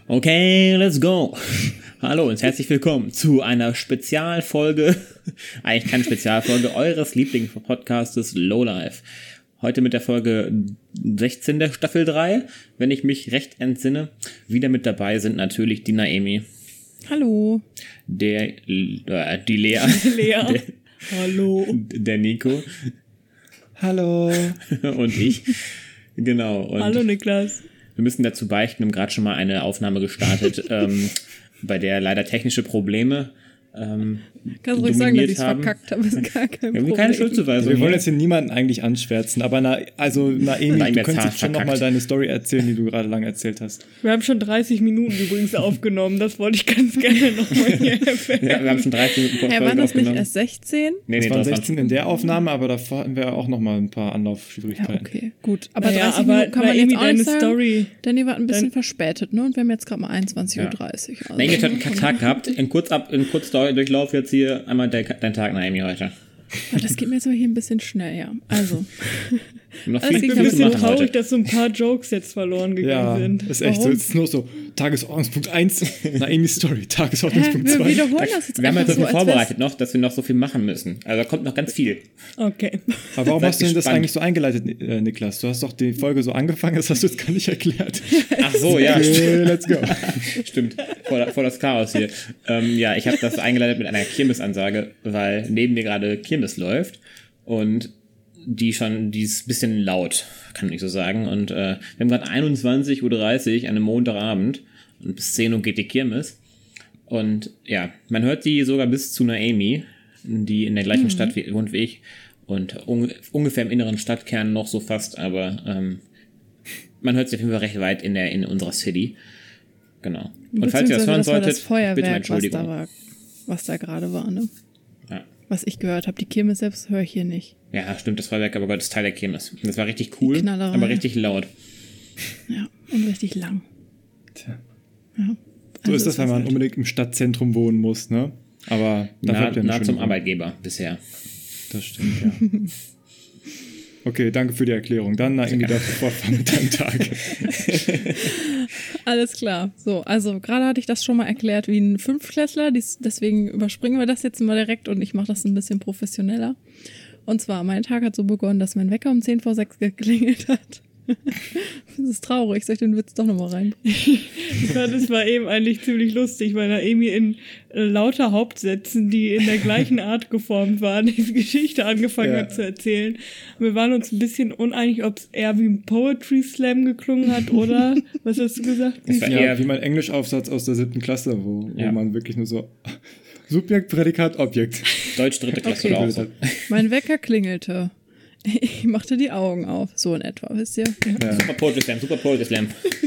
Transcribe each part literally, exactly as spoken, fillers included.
Okay, let's go. Hallo und herzlich willkommen zu einer Spezialfolge, eigentlich keine Spezialfolge, eures Lieblingspodcastes Lowlife. Heute mit der Folge sechzehn der Staffel drei, wenn ich mich recht entsinne. Wieder mit dabei sind natürlich die Naemi. Hallo. Der, äh, die Lea. Lea. Der, Hallo. Der Nico. Hallo. Und ich. Genau. Und Hallo Niklas. wir müssen dazu beichten, wir haben gerade schon mal eine Aufnahme gestartet, ähm, bei der leider technische Probleme ähm, Kannst du ruhig sagen, dass ich es haben. verkackt habe, ist gar kein Wir haben Problem. keine Schuldzuweisung. Wir wollen hier. jetzt hier niemanden eigentlich anschwärzen, aber na, also Naemi, Naemi du hat's könntest hart jetzt schon verkackt. nochmal deine Story erzählen, die du gerade lang erzählt hast. Wir haben schon dreißig Minuten übrigens aufgenommen, das wollte ich ganz gerne nochmal hier erwähnen. Ja, wir haben schon dreißig Minuten vor Hä, Folge waren das nicht aufgenommen. erst sechzehn? Nee, Es nee, waren das sechzehn in der Aufnahme, aber davor hatten wir auch nochmal ein paar Ja, Anlaufschwierigkeiten. okay, gut. Aber Naja, dreißig aber Minuten kann man Naemi, jetzt auch nicht deine sagen, Story. denn ihr wart ein bisschen Dein- verspätet, ne? Und wir haben jetzt gerade mal einundzwanzig Uhr Ja. dreißig. Also, Naemi hat einen Tag gehabt, in Kurzab, in Kurzdurchlauf jetzt hier einmal de- dein Tag, Naemi, heute. Oh, das geht mir jetzt aber hier ein bisschen schnell, ja. Also, Wir haben noch Also viel, ich bin viel ein zu bisschen machen traurig, heute. dass so ein paar Jokes jetzt verloren gegangen Ja, sind. ist echt so. Warum? Es ist nur so Tagesordnungspunkt eins, Naemis Story, Hä, Tagesordnungspunkt wir zwei. wiederholen das jetzt Wir haben einfach jetzt so so, viel als vorbereitet noch, dass wir noch so viel machen müssen. Also da kommt noch ganz viel. Okay. Aber warum Seid hast du denn das gespannt. eigentlich so eingeleitet, äh, Niklas? Du hast doch die Folge so angefangen, das hast du jetzt gar nicht erklärt. Ach so, ja. Okay, let's go. Stimmt, voll, voll das Chaos hier. Ähm, ja, ich habe das eingeleitet mit einer Kirmesansage, weil neben mir gerade Kirmes läuft und die schon, die ist ein bisschen laut, kann man nicht so sagen. Und äh, wir haben gerade einundzwanzig Uhr dreißig an einem Montagabend und bis zehn Uhr geht die Kirmes. Und ja, man hört die sogar bis zu Naemi, die in der gleichen Stadt wie, wohnt wie ich und un, ungefähr im inneren Stadtkern noch so fast, aber ähm, man hört sie auf jeden Fall recht weit in, der, in unserer City. Genau. Und falls ihr das Beziehungsweise hören das war solltet, das Feuerwerk, bitte um was Entschuldigung. da war, was da gerade war, ne? Ja. Was ich gehört habe. Die Kirmes selbst höre ich hier nicht. Ja, stimmt, das Feuerwerk, aber Gott ist Teil der Kirmes. Das war richtig cool, Die Knallerei. aber richtig laut. Ja, und richtig lang. Tja. Ja. So Also ist das, wenn man halt- unbedingt im Stadtzentrum wohnen muss, ne? Aber dafür Na, habt ihr eine nah schöne zum Wohnung. Arbeitgeber bisher. Das stimmt, ja. Okay, danke für die Erklärung. Dann Naemi, darfst du fortfahren mit deinem Tag. Alles klar. So, also gerade hatte ich das schon mal erklärt wie ein Fünftklässler, dies, deswegen überspringen wir das jetzt mal direkt und ich mache das ein bisschen professioneller. Und zwar, mein Tag hat so begonnen, dass mein Wecker um zehn vor sechs geklingelt hat. Das ist traurig, soll ich den Witz doch nochmal reinbringen? Ja, das war eben eigentlich ziemlich lustig, weil Naemi in äh, lauter Hauptsätzen, die in der gleichen Art geformt waren, die Geschichte angefangen Ja. hat zu erzählen. Wir waren uns ein bisschen uneinig, ob es eher wie ein Poetry Slam geklungen hat oder, was hast du gesagt? Es war Ja, eher, wie mein Englischaufsatz aus der siebten Klasse, wo, wo Ja. man wirklich nur so Subjekt, Prädikat, Objekt. Deutsch dritte Klasse Okay. oder auch so. Mein Wecker klingelte. Ich machte die Augen auf, so in etwa, wisst ihr? Ja. Super Poetry Slam, super Poetry Slam.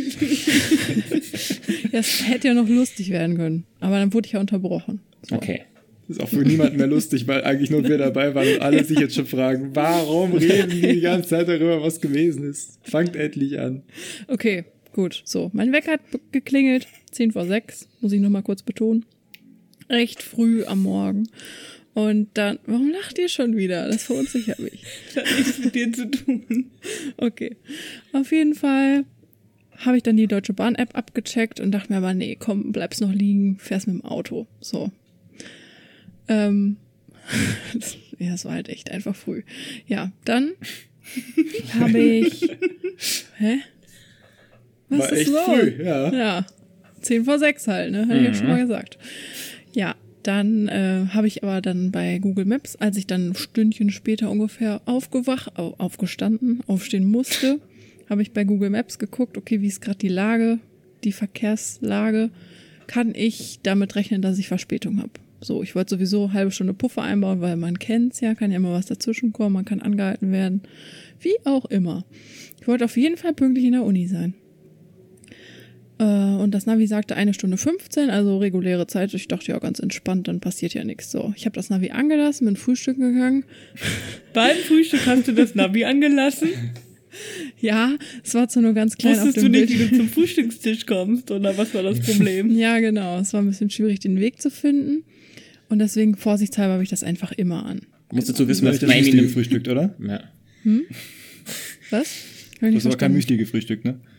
Ja, es hätte ja noch lustig werden können, aber dann wurde ich ja unterbrochen. So. Okay. Das ist auch für niemanden mehr lustig, weil eigentlich nur wir dabei waren und alle sich jetzt schon fragen, warum reden die die ganze Zeit darüber, was gewesen ist? Fangt endlich an. Okay, gut. So, mein Wecker hat be- geklingelt. zehn vor sechs, muss ich nochmal kurz betonen. Recht früh am Morgen. Und dann, warum lacht ihr schon wieder? Das verunsichert mich. Das hat nichts mit dir zu tun. Okay. Auf jeden Fall habe ich dann die Deutsche Bahn-App abgecheckt und dachte mir aber, nee, komm, bleibst noch liegen, fährst mit dem Auto. So. Ähm. Ja, es war halt echt einfach früh. Ja, dann habe ich. Hä? Was War ist echt los? früh, ja. Ja, zehn vor sechs halt, ne? Hatte ich ja schon mal gesagt. Ja, dann äh, habe ich aber dann bei Google Maps, als ich dann ein Stündchen später ungefähr aufgewacht, au- aufgestanden, aufstehen musste, habe ich bei Google Maps geguckt, okay, wie ist gerade die Lage, die Verkehrslage, kann ich damit rechnen, dass ich Verspätung habe. So, ich wollte sowieso eine halbe Stunde Puffer einbauen, weil man kennt's ja, kann ja immer was dazwischen kommen, man kann angehalten werden, wie auch immer. Ich wollte auf jeden Fall pünktlich in der Uni sein. Äh, und das Navi sagte eine Stunde fünfzehn, also reguläre Zeit. Ich dachte, ja, ganz entspannt, dann passiert ja nichts. So, ich habe das Navi angelassen, bin frühstücken gegangen. Beim Frühstück hast du das Navi angelassen. Ja, es war zwar nur ganz klein auf Wusstest dem du nicht, Bild. wie du zum Frühstückstisch kommst, oder was war das Problem? Ja, genau. Es war ein bisschen schwierig, den Weg zu finden. Und deswegen, vorsichtshalber, habe ich das einfach immer an. Musst dazu wissen, Du dass hast das Naemi Müsli nimmt. gefrühstückt, oder? Ja. Was? Hab ich Du nicht hast aber kein verstanden. Müsli gefrühstückt, ne?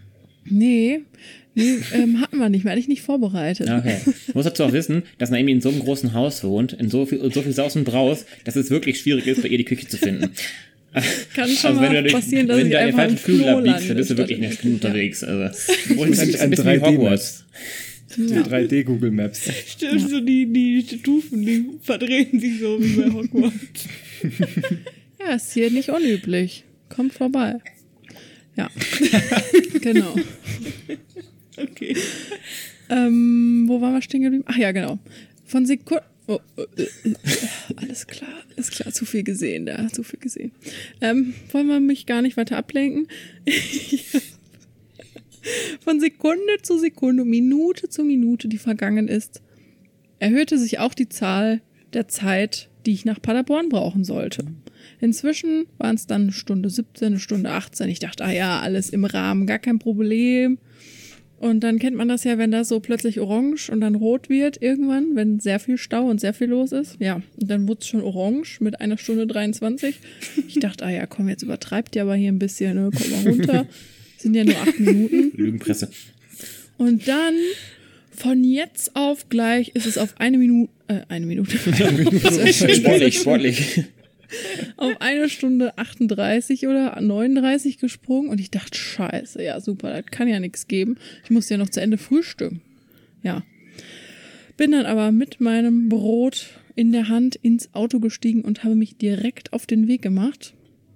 Nee, nee ähm, hatten wir nicht mehr, hatte ich nicht vorbereitet. Okay. Du musst dazu auch wissen, dass Naomi in so einem großen Haus wohnt, in so viel, so viel Saus und Braus, dass es wirklich schwierig ist, bei ihr die Küche zu finden. Kann schon mal durch, passieren, dass wenn ich du einfach den im falschen Flügel Klo abbiegst, dann lande. bist du wirklich statt- eine Stunde unterwegs. Also, Das ein bisschen, ein bisschen wie Hogwarts. Die Ja. drei D Google Maps. Stimmt, Ja. so die, die Stufen, die verdrehen sich so wie bei Hogwarts. Ja, ist hier nicht unüblich. Kommt vorbei. Ja, genau. Okay. Ähm, wo waren wir stehen geblieben? Ach ja, genau. Von Sekunden... Oh, äh, äh, alles klar, alles klar, zu viel gesehen da, zu viel gesehen. Ähm, wollen wir mich gar nicht weiter ablenken? Von Sekunde zu Sekunde, Minute zu Minute, die vergangen ist, erhöhte sich auch die Zahl der Zeit, die ich nach Paderborn brauchen sollte. Inzwischen waren es dann eine Stunde siebzehn, eine Stunde achtzehn. Ich dachte, ah ja, alles im Rahmen, gar kein Problem. Und dann kennt man das ja, wenn das so plötzlich orange und dann rot wird irgendwann, wenn sehr viel Stau und sehr viel los ist. Ja, und dann wurde es schon orange mit einer Stunde dreiundzwanzig. Ich dachte, ah ja, komm, jetzt übertreibt ihr aber hier ein bisschen, ne? Komm mal runter. Sind ja nur acht Minuten. Lügenpresse. Und dann von jetzt auf gleich ist es auf eine Minute, äh, eine Minute. Sportlich, sportlich. Auf eine Stunde achtunddreißig oder neununddreißig gesprungen und ich dachte, scheiße, ja super, das kann ja nichts geben. Ich muss ja noch zu Ende frühstücken. Ja. Bin dann aber mit meinem Brot in der Hand ins Auto gestiegen und habe mich direkt auf den Weg gemacht,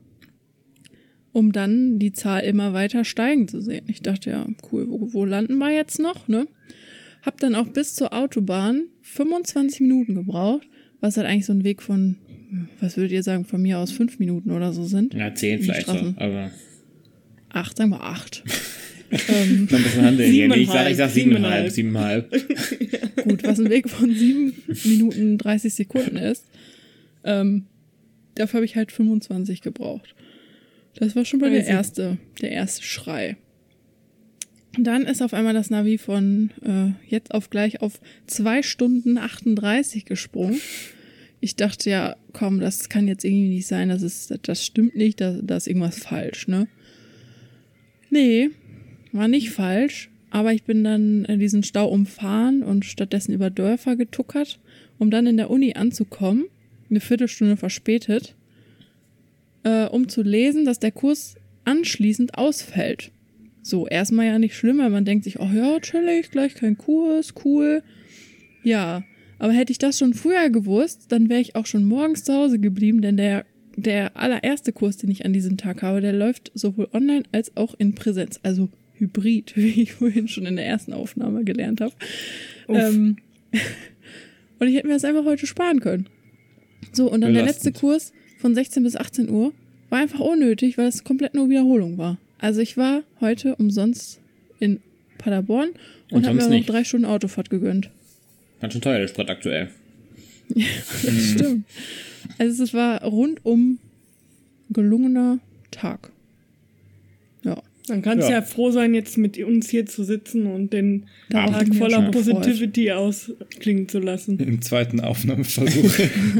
um dann die Zahl immer weiter steigen zu sehen. Ich dachte, ja, cool, wo, wo landen wir jetzt noch, ne? Hab dann auch bis zur Autobahn fünfundzwanzig Minuten gebraucht, was halt eigentlich so ein Weg von, was würdet ihr sagen, von mir aus fünf Minuten oder so sind. Ja, zehn Die vielleicht so, Straßen. aber Acht, sagen wir acht. ähm, noch ein bisschen handeln hier. Nee, ich sag, ich sag Siebeneinhalb. siebeneinhalb, siebeneinhalb. gut, was ein Weg von sieben Minuten dreißig Sekunden ist. Ähm, dafür habe ich halt fünfundzwanzig gebraucht. Das war schon mal der Crazy. erste, der erste Schrei. Und dann ist auf einmal das Navi von äh, jetzt auf gleich auf zwei Stunden achtunddreißig gesprungen. Ich dachte ja, komm, das kann jetzt irgendwie nicht sein, das ist, das stimmt nicht, da, da ist irgendwas falsch, ne? Nee, war nicht falsch, aber ich bin dann in diesen Stau umfahren und stattdessen über Dörfer getuckert, um dann in der Uni anzukommen, eine Viertelstunde verspätet, äh, um zu lesen, dass der Kurs anschließend ausfällt. So, erstmal ja nicht schlimm, weil man denkt sich, oh ja, chillig, gleich kein Kurs, cool. Ja, aber hätte ich das schon früher gewusst, dann wäre ich auch schon morgens zu Hause geblieben, denn der, der allererste Kurs, den ich an diesem Tag habe, der läuft sowohl online als auch in Präsenz, also Hybrid, wie ich vorhin schon in der ersten Aufnahme gelernt habe. Ähm, und ich hätte mir das einfach heute sparen können. So, und dann der letzte Belastend. Kurs von sechzehn bis achtzehn Uhr war einfach unnötig, weil es komplett nur Wiederholung war. Also ich war heute umsonst in Paderborn und, Und habe mir sonst noch nicht. drei Stunden Autofahrt gegönnt. Ganz schön teuer, der Sprit aktuell. Das stimmt. Also es war rundum gelungener Tag. Ja. Dann kannst du Ja. ja froh sein, jetzt mit uns hier zu sitzen und den Darauf Tag hab ich mich voller schon gefreut. Positivity ausklingen zu lassen. Im zweiten Aufnahmeversuch.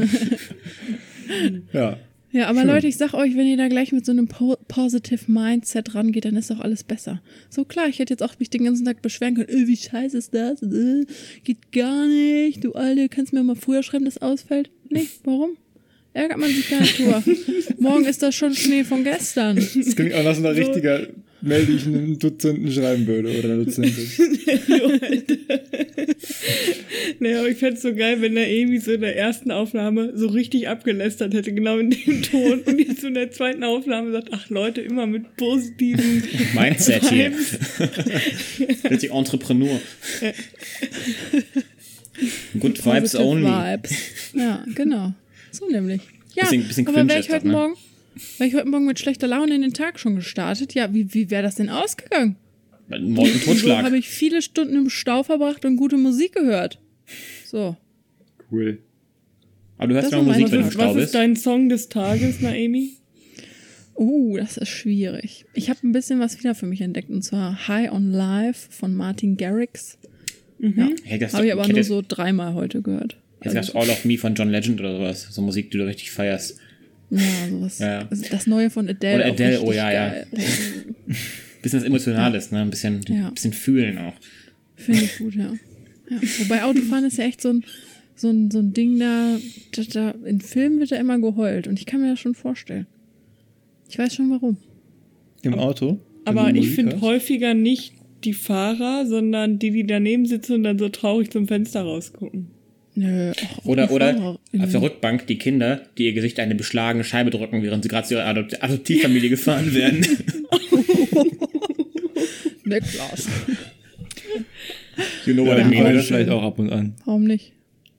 ja. Ja, aber Schön. Leute, ich sag euch, wenn ihr da gleich mit so einem po Positive Mindset rangeht, dann ist doch alles besser. So klar, ich hätte jetzt auch mich den ganzen Tag beschweren können, äh, wie scheiße ist das? Äh, geht gar nicht. Du Alte, kannst mir mal früher schreiben, dass ausfällt? Nee, warum? Ärgert man sich gar nicht drüber. Morgen ist das schon Schnee von gestern. Das klingt auch nach so einer richtiger Mail, die ich einem Dozenten schreiben würde oder einer Dozentin. Naja, aber ich fände es so geil, wenn er irgendwie so in der ersten Aufnahme so richtig abgelästert hätte, genau in dem Ton. Und jetzt so in der zweiten Aufnahme sagt, ach Leute, immer mit positiven Mindset hier. Vibes. Richtig Entrepreneur. Good Vibes Positive only. Vibes. Ja, genau. So nämlich. Ja, Bisschen- bisschen aber cringe wäre ist ich das, heute ne? Morgen, wäre ich heute Morgen mit schlechter Laune in den Tag schon gestartet, ja, wie, wie wäre das denn ausgegangen? Mord und So Totschlag. habe ich viele Stunden im Stau verbracht und gute Musik gehört. So. Cool. Aber du hörst Das ja noch war mein- Musik, wenn du im Was, Stau was ist bist. dein Song des Tages, Naomi? Uh, das ist schwierig. Ich habe ein bisschen was wieder für mich entdeckt, und zwar High on Life von Martin Garrix. Ja, Hey, das- habe ich aber ich nur hätte- so dreimal heute gehört. Jetzt gab's All of Me von John Legend oder sowas. So Musik, die du richtig feierst. Ja, sowas. Ja. Also das Neue von Adele. Oder auch Adele, richtig oh ja, ja. geil. bisschen was Emotionales, ne? Ein bisschen, Ja. ein bisschen fühlen auch. Finde ich gut, ja. ja. Wobei Autofahren ist ja echt so ein, so ein, so ein Ding, da, da, da in Filmen wird ja immer geheult und ich kann mir das schon vorstellen. Ich weiß schon warum. Im Auto? Wenn Aber du ich Musik finde hörst? häufiger nicht die Fahrer, sondern die, die daneben sitzen und dann so traurig zum Fenster rausgucken. Nö, auch Oder, die oder FahrerInnen. auf der Rückbank die Kinder, die ihr Gesicht eine beschlagene Scheibe drücken, während sie gerade zu ihrer Adopt Adoptivfamilie gefahren werden. Niklas. You know what Ja, I die mean. heulen oder? vielleicht auch ab und an. Warum nicht?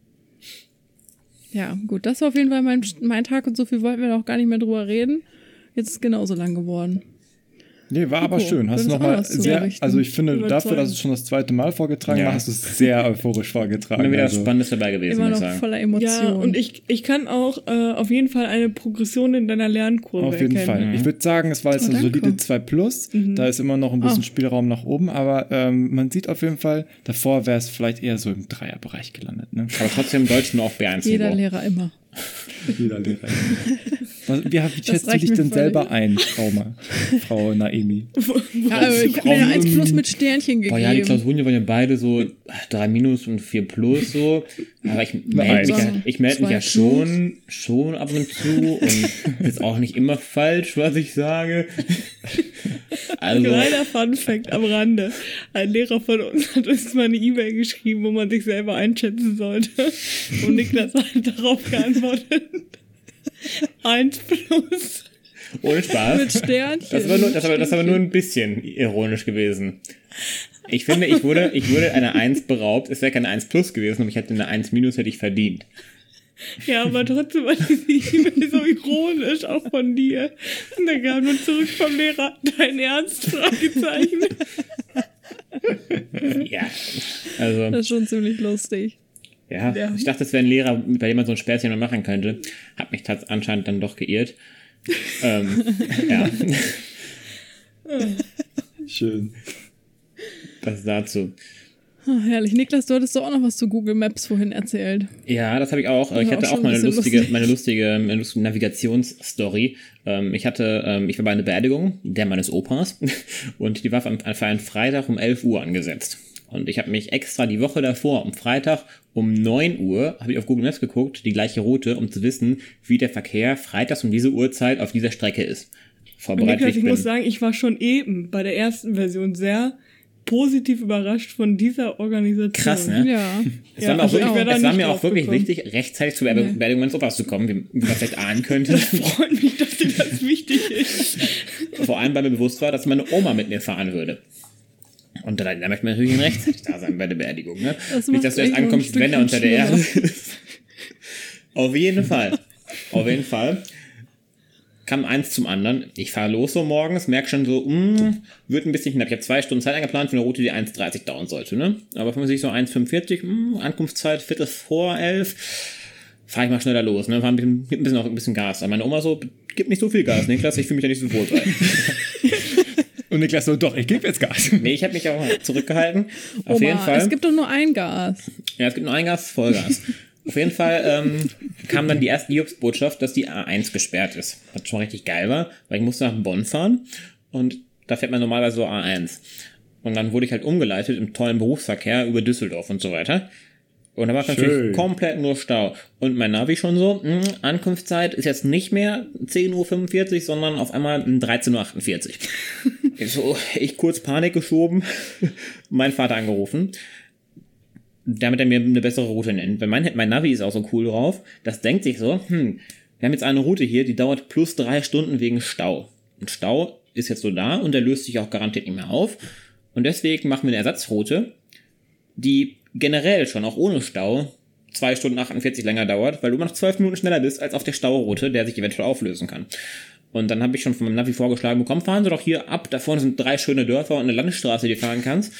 Ja, gut, das war auf jeden Fall mein, mein Tag und so viel wollten wir doch gar nicht mehr drüber reden. Jetzt ist es genauso lang geworden. Nee, war aber Nico, schön. Hast würdest du auch nochmal was zu sehr, berichten? also ich finde, dafür, Überzeugend. dass du schon das zweite Mal vorgetragen Ja. hast, hast du es sehr euphorisch vorgetragen. Immer wieder was also. Spannendes dabei gewesen, Immer muss noch ich sagen. voller Emotionen. Ja, und ich, ich kann auch äh, auf jeden Fall eine Progression in deiner Lernkurve Auf jeden erkennen. Fall. Ich würde sagen, es war jetzt Oh, eine danke. solide zwei plus. Da ist immer noch ein bisschen Oh. Spielraum nach oben, aber ähm, man sieht auf jeden Fall, davor wäre es vielleicht eher so im Dreierbereich gelandet. Ne? Aber trotzdem Deutsch nur auf B eins Jeder Niveau. Lehrer immer. Jeder Lehrer. Was, wie, wie schätzt du reicht dich mir denn völlig. selber ein, Frau, Ma, Frau Naemi? Ja, aber ich habe mir eine eins plus mit Sternchen gegeben. Boah, ja, die Klausuren waren ja beide so drei minus und vier plus so. Aber ich melde mich, ja, sagen, ich meld mich zwei ja schon, schon ab und zu und ist auch nicht immer falsch, was ich sage. Also, Kleiner Funfact am Rande. Ein Lehrer von uns hat uns mal eine E-Mail geschrieben, wo man sich selber einschätzen sollte. Und Niklas hat darauf geantwortet. Eins plus. ohne Spaß. mit Sternchen. Das war, nur, das, war, das war nur ein bisschen ironisch gewesen. Ich finde, ich wurde, ich wurde eine eins beraubt. Es wäre keine eins plus gewesen, aber ich hätte eine eins minus hätte ich verdient. Ja, aber trotzdem war diese E-Mail so ironisch, auch von dir. Und dann kam nur zurück vom Lehrer, dein Ernst? Fragezeichen. Ja, also, Das ist schon ziemlich lustig. ja, Ja. ich dachte, das wäre ein Lehrer, bei dem man so ein Späßchen mal machen könnte. Hab mich tats anscheinend dann doch geirrt. ähm, ja, Schön. das dazu. Ah, herrlich. Niklas, du hattest doch auch noch was zu Google Maps vorhin erzählt. Ja, das habe ich auch. Ich war hatte auch auch schon meine ein bisschen lustige, lustig. meine lustige, meine lustige Navigationsstory. Ähm, ich hatte, ähm, ich war bei einer Beerdigung der meines Opas und die war für für einen Freitag um elf Uhr angesetzt. Und ich habe mich extra die Woche davor, am Freitag um neun Uhr, habe ich auf Google Maps geguckt, die gleiche Route, um zu wissen, wie der Verkehr freitags um diese Uhrzeit auf dieser Strecke ist. Und Vorbereitet Niklas, ich bin. muss sagen, ich war schon eben bei der ersten Version sehr positiv überrascht von dieser Organisation. Krass, ne? Ja. Es Ja, war mir, also auch, ich wirklich, wär da es war nicht mir auch drauf wirklich gekommen. wichtig, rechtzeitig zur Beerdigung Nee. Beerdigung meines Opas zu kommen, wie, wie man vielleicht ahnen könnte. Freut mich, dass dir das wichtig ist. Vor allem, weil mir bewusst war, dass meine Oma mit mir fahren würde. Und da, da möchte man natürlich rechtzeitig da sein bei der Beerdigung. Ne? Das Nicht, dass macht's du erst echt noch ein ankommst, wenn er unter Stückchen der Erde schlimmer. ist. Auf jeden Fall. Auf jeden Fall. Kam eins zum anderen. Ich fahre los so morgens, merke schon so, mh, wird ein bisschen knapp. Ich habe zwei Stunden Zeit eingeplant für eine Route, die eins dreißig dauern sollte. Ne? Aber wenn man sich so eins fünfundvierzig, mh, Ankunftszeit, Viertel vor elf, fahre ich mal schneller los. Ne? Fahr ein bisschen, gib ein bisschen, auch ein bisschen Gas. Aber meine Oma so, gib nicht so viel Gas, Niklas, ich fühle mich da nicht so wohl bei. Und Niklas so, doch, ich gebe jetzt Gas. Nee, ich habe mich auch zurückgehalten. Auf Oma, jeden Fall. es gibt doch nur ein Gas. Ja, es gibt nur ein Gas, Vollgas. Auf jeden Fall ähm, kam dann die erste Jobs-Botschaft, dass die A eins gesperrt ist. Was schon richtig geil war, weil ich musste nach Bonn fahren und da fährt man normalerweise so A eins. Und dann wurde ich halt umgeleitet im tollen Berufsverkehr über Düsseldorf und so weiter. Und da war Schön. natürlich komplett nur Stau. Und mein Navi schon so, mh, Ankunftszeit ist jetzt nicht mehr zehn Uhr fünfundvierzig, sondern auf einmal dreizehn Uhr achtundvierzig. Ich so, ich kurz Panik geschoben, meinen Vater angerufen, damit er mir eine bessere Route nennt. Weil mein, mein Navi ist auch so cool drauf, das denkt sich so, hm, wir haben jetzt eine Route hier, die dauert plus drei Stunden wegen Stau. Und Stau ist jetzt so da und der löst sich auch garantiert nicht mehr auf. Und deswegen machen wir eine Ersatzroute, die generell schon, auch ohne Stau, zwei Stunden achtundvierzig länger dauert, weil du immer noch zwölf Minuten schneller bist als auf der Stauroute, der sich eventuell auflösen kann. Und dann habe ich schon von meinem Navi vorgeschlagen bekommen, fahren Sie doch hier ab, da vorne sind drei schöne Dörfer und eine Landstraße, die du fahren kannst.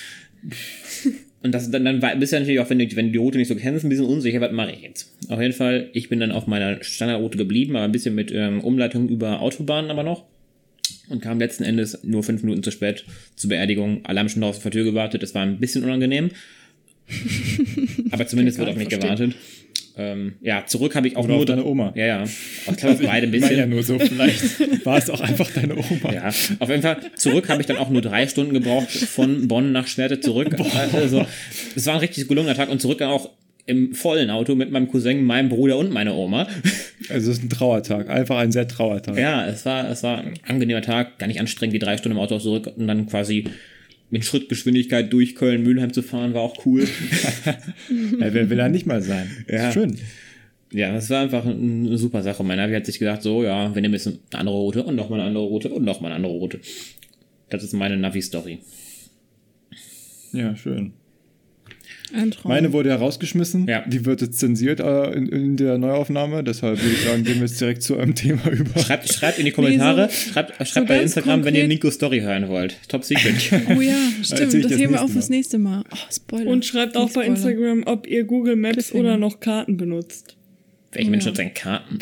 Und das, dann, dann bist du natürlich auch, wenn du, wenn du die Route nicht so kennst, ein bisschen unsicher, was mache ich jetzt? Auf jeden Fall, ich bin dann auf meiner Standardroute geblieben, aber ein bisschen mit ähm, Umleitung über Autobahnen aber noch. Und kam letzten Endes nur fünf Minuten zu spät zur Beerdigung. Alle haben schon draußen vor der Tür gewartet, das war ein bisschen unangenehm. Aber zumindest Kann wird auf ich mich verstehen. gewartet. Ähm, ja, zurück habe ich auch Oder nur... auf deine Oma. Ja, ja. Ich glaube, beide ein Ich meine ja bisschen. nur so, vielleicht war es auch einfach deine Oma. Ja, auf jeden Fall. Zurück habe ich dann auch nur drei Stunden gebraucht, von Bonn nach Schwerte zurück. Also, es war ein richtig gelungener Tag und zurück dann auch im vollen Auto mit meinem Cousin, meinem Bruder und meiner Oma. Also es ist ein Trauertag, einfach ein sehr Trauertag. Ja, es war, es war ein angenehmer Tag, gar nicht anstrengend, die drei Stunden im Auto zurück und dann quasi mit Schrittgeschwindigkeit durch Köln-Mühlheim zu fahren, war auch cool. Ja, wer will da nicht mal sein? Ja. Ist schön. Ja, das war einfach eine super Sache. Mein Navi hat sich gedacht, so, ja, wir nehmen jetzt eine andere Route und nochmal eine andere Route und nochmal eine andere Route. Das ist meine Navi-Story. Ja, schön. Ein Traum. Meine wurde ja rausgeschmissen. Ja. Die wird jetzt zensiert äh, in, in der Neuaufnahme. Deshalb würde ich sagen, gehen wir jetzt direkt zu einem Thema über. Schreibt, schreibt in die Kommentare, Nee, so- schreibt, schreibt so bei ganz Instagram, wenn ihr konkret- Nikos Story hören wollt. Top Secret. Oh ja, Erzähl stimmt. ich Das das heben wir nächste auf fürs Mal. nächste Mal. Oh, Spoiler. Und schreibt auch Nicht bei Spoiler. Instagram, ob ihr Google Maps Deswegen. oder noch Karten benutzt. Welche Menschen Ja. nutzen denn Karten?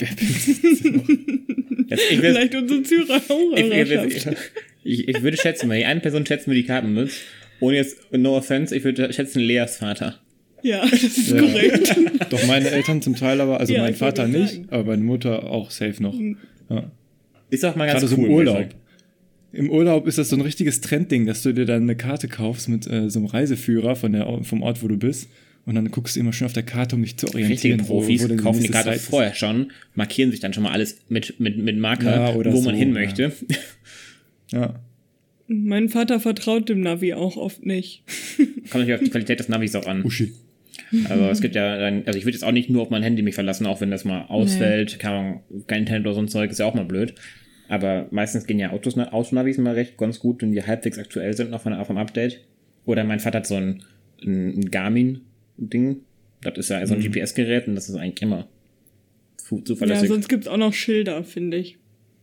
Jetzt, ich, will, Vielleicht unsere Zürcher ich, ich, Hörerschaft. ich, ich würde schätzen, wenn die eine Person schätzen, wie die Karten benutzt, ohne jetzt, no offense, ich würde schätzen Leas Vater. Ja, das ist Ja. korrekt. Doch meine Eltern zum Teil aber, also Ja, mein ich wollte Vater gerade nicht, sagen. aber meine Mutter auch safe noch. Ja. Ist auch mal ganz Gerade so cool. im muss ich Urlaub. sagen. Im Urlaub ist das so ein richtiges Trendding, dass du dir dann eine Karte kaufst mit äh, so einem Reiseführer von der, vom Ort, wo du bist. Und dann guckst du immer schön auf der Karte, um dich zu Richtige orientieren. Profis wo, wo denn kaufen die nächste Karte Site ist. vorher schon, markieren sich dann schon mal alles mit, mit, mit Marker, Ja, oder wo man so, hin ja. möchte. Ja. Mein Vater vertraut dem Navi auch oft nicht. Kommt natürlich auf die Qualität des Navis auch an. Uschi. Also es gibt ja dann, also ich würde jetzt auch nicht nur auf mein Handy mich verlassen, auch wenn das mal ausfällt, keine Ahnung, kein Internet oder so ein Zeug, ist ja auch mal blöd. Aber meistens gehen ja Autos, Autonavis mal recht ganz gut, wenn die halbwegs aktuell sind, noch von, vom Update. Oder mein Vater hat so ein, ein Garmin-Ding. Das ist ja so ein Mhm. G P S-Gerät und das ist eigentlich immer zu- Ja, zuverlässig. sonst gibt's auch noch Schilder, finde ich.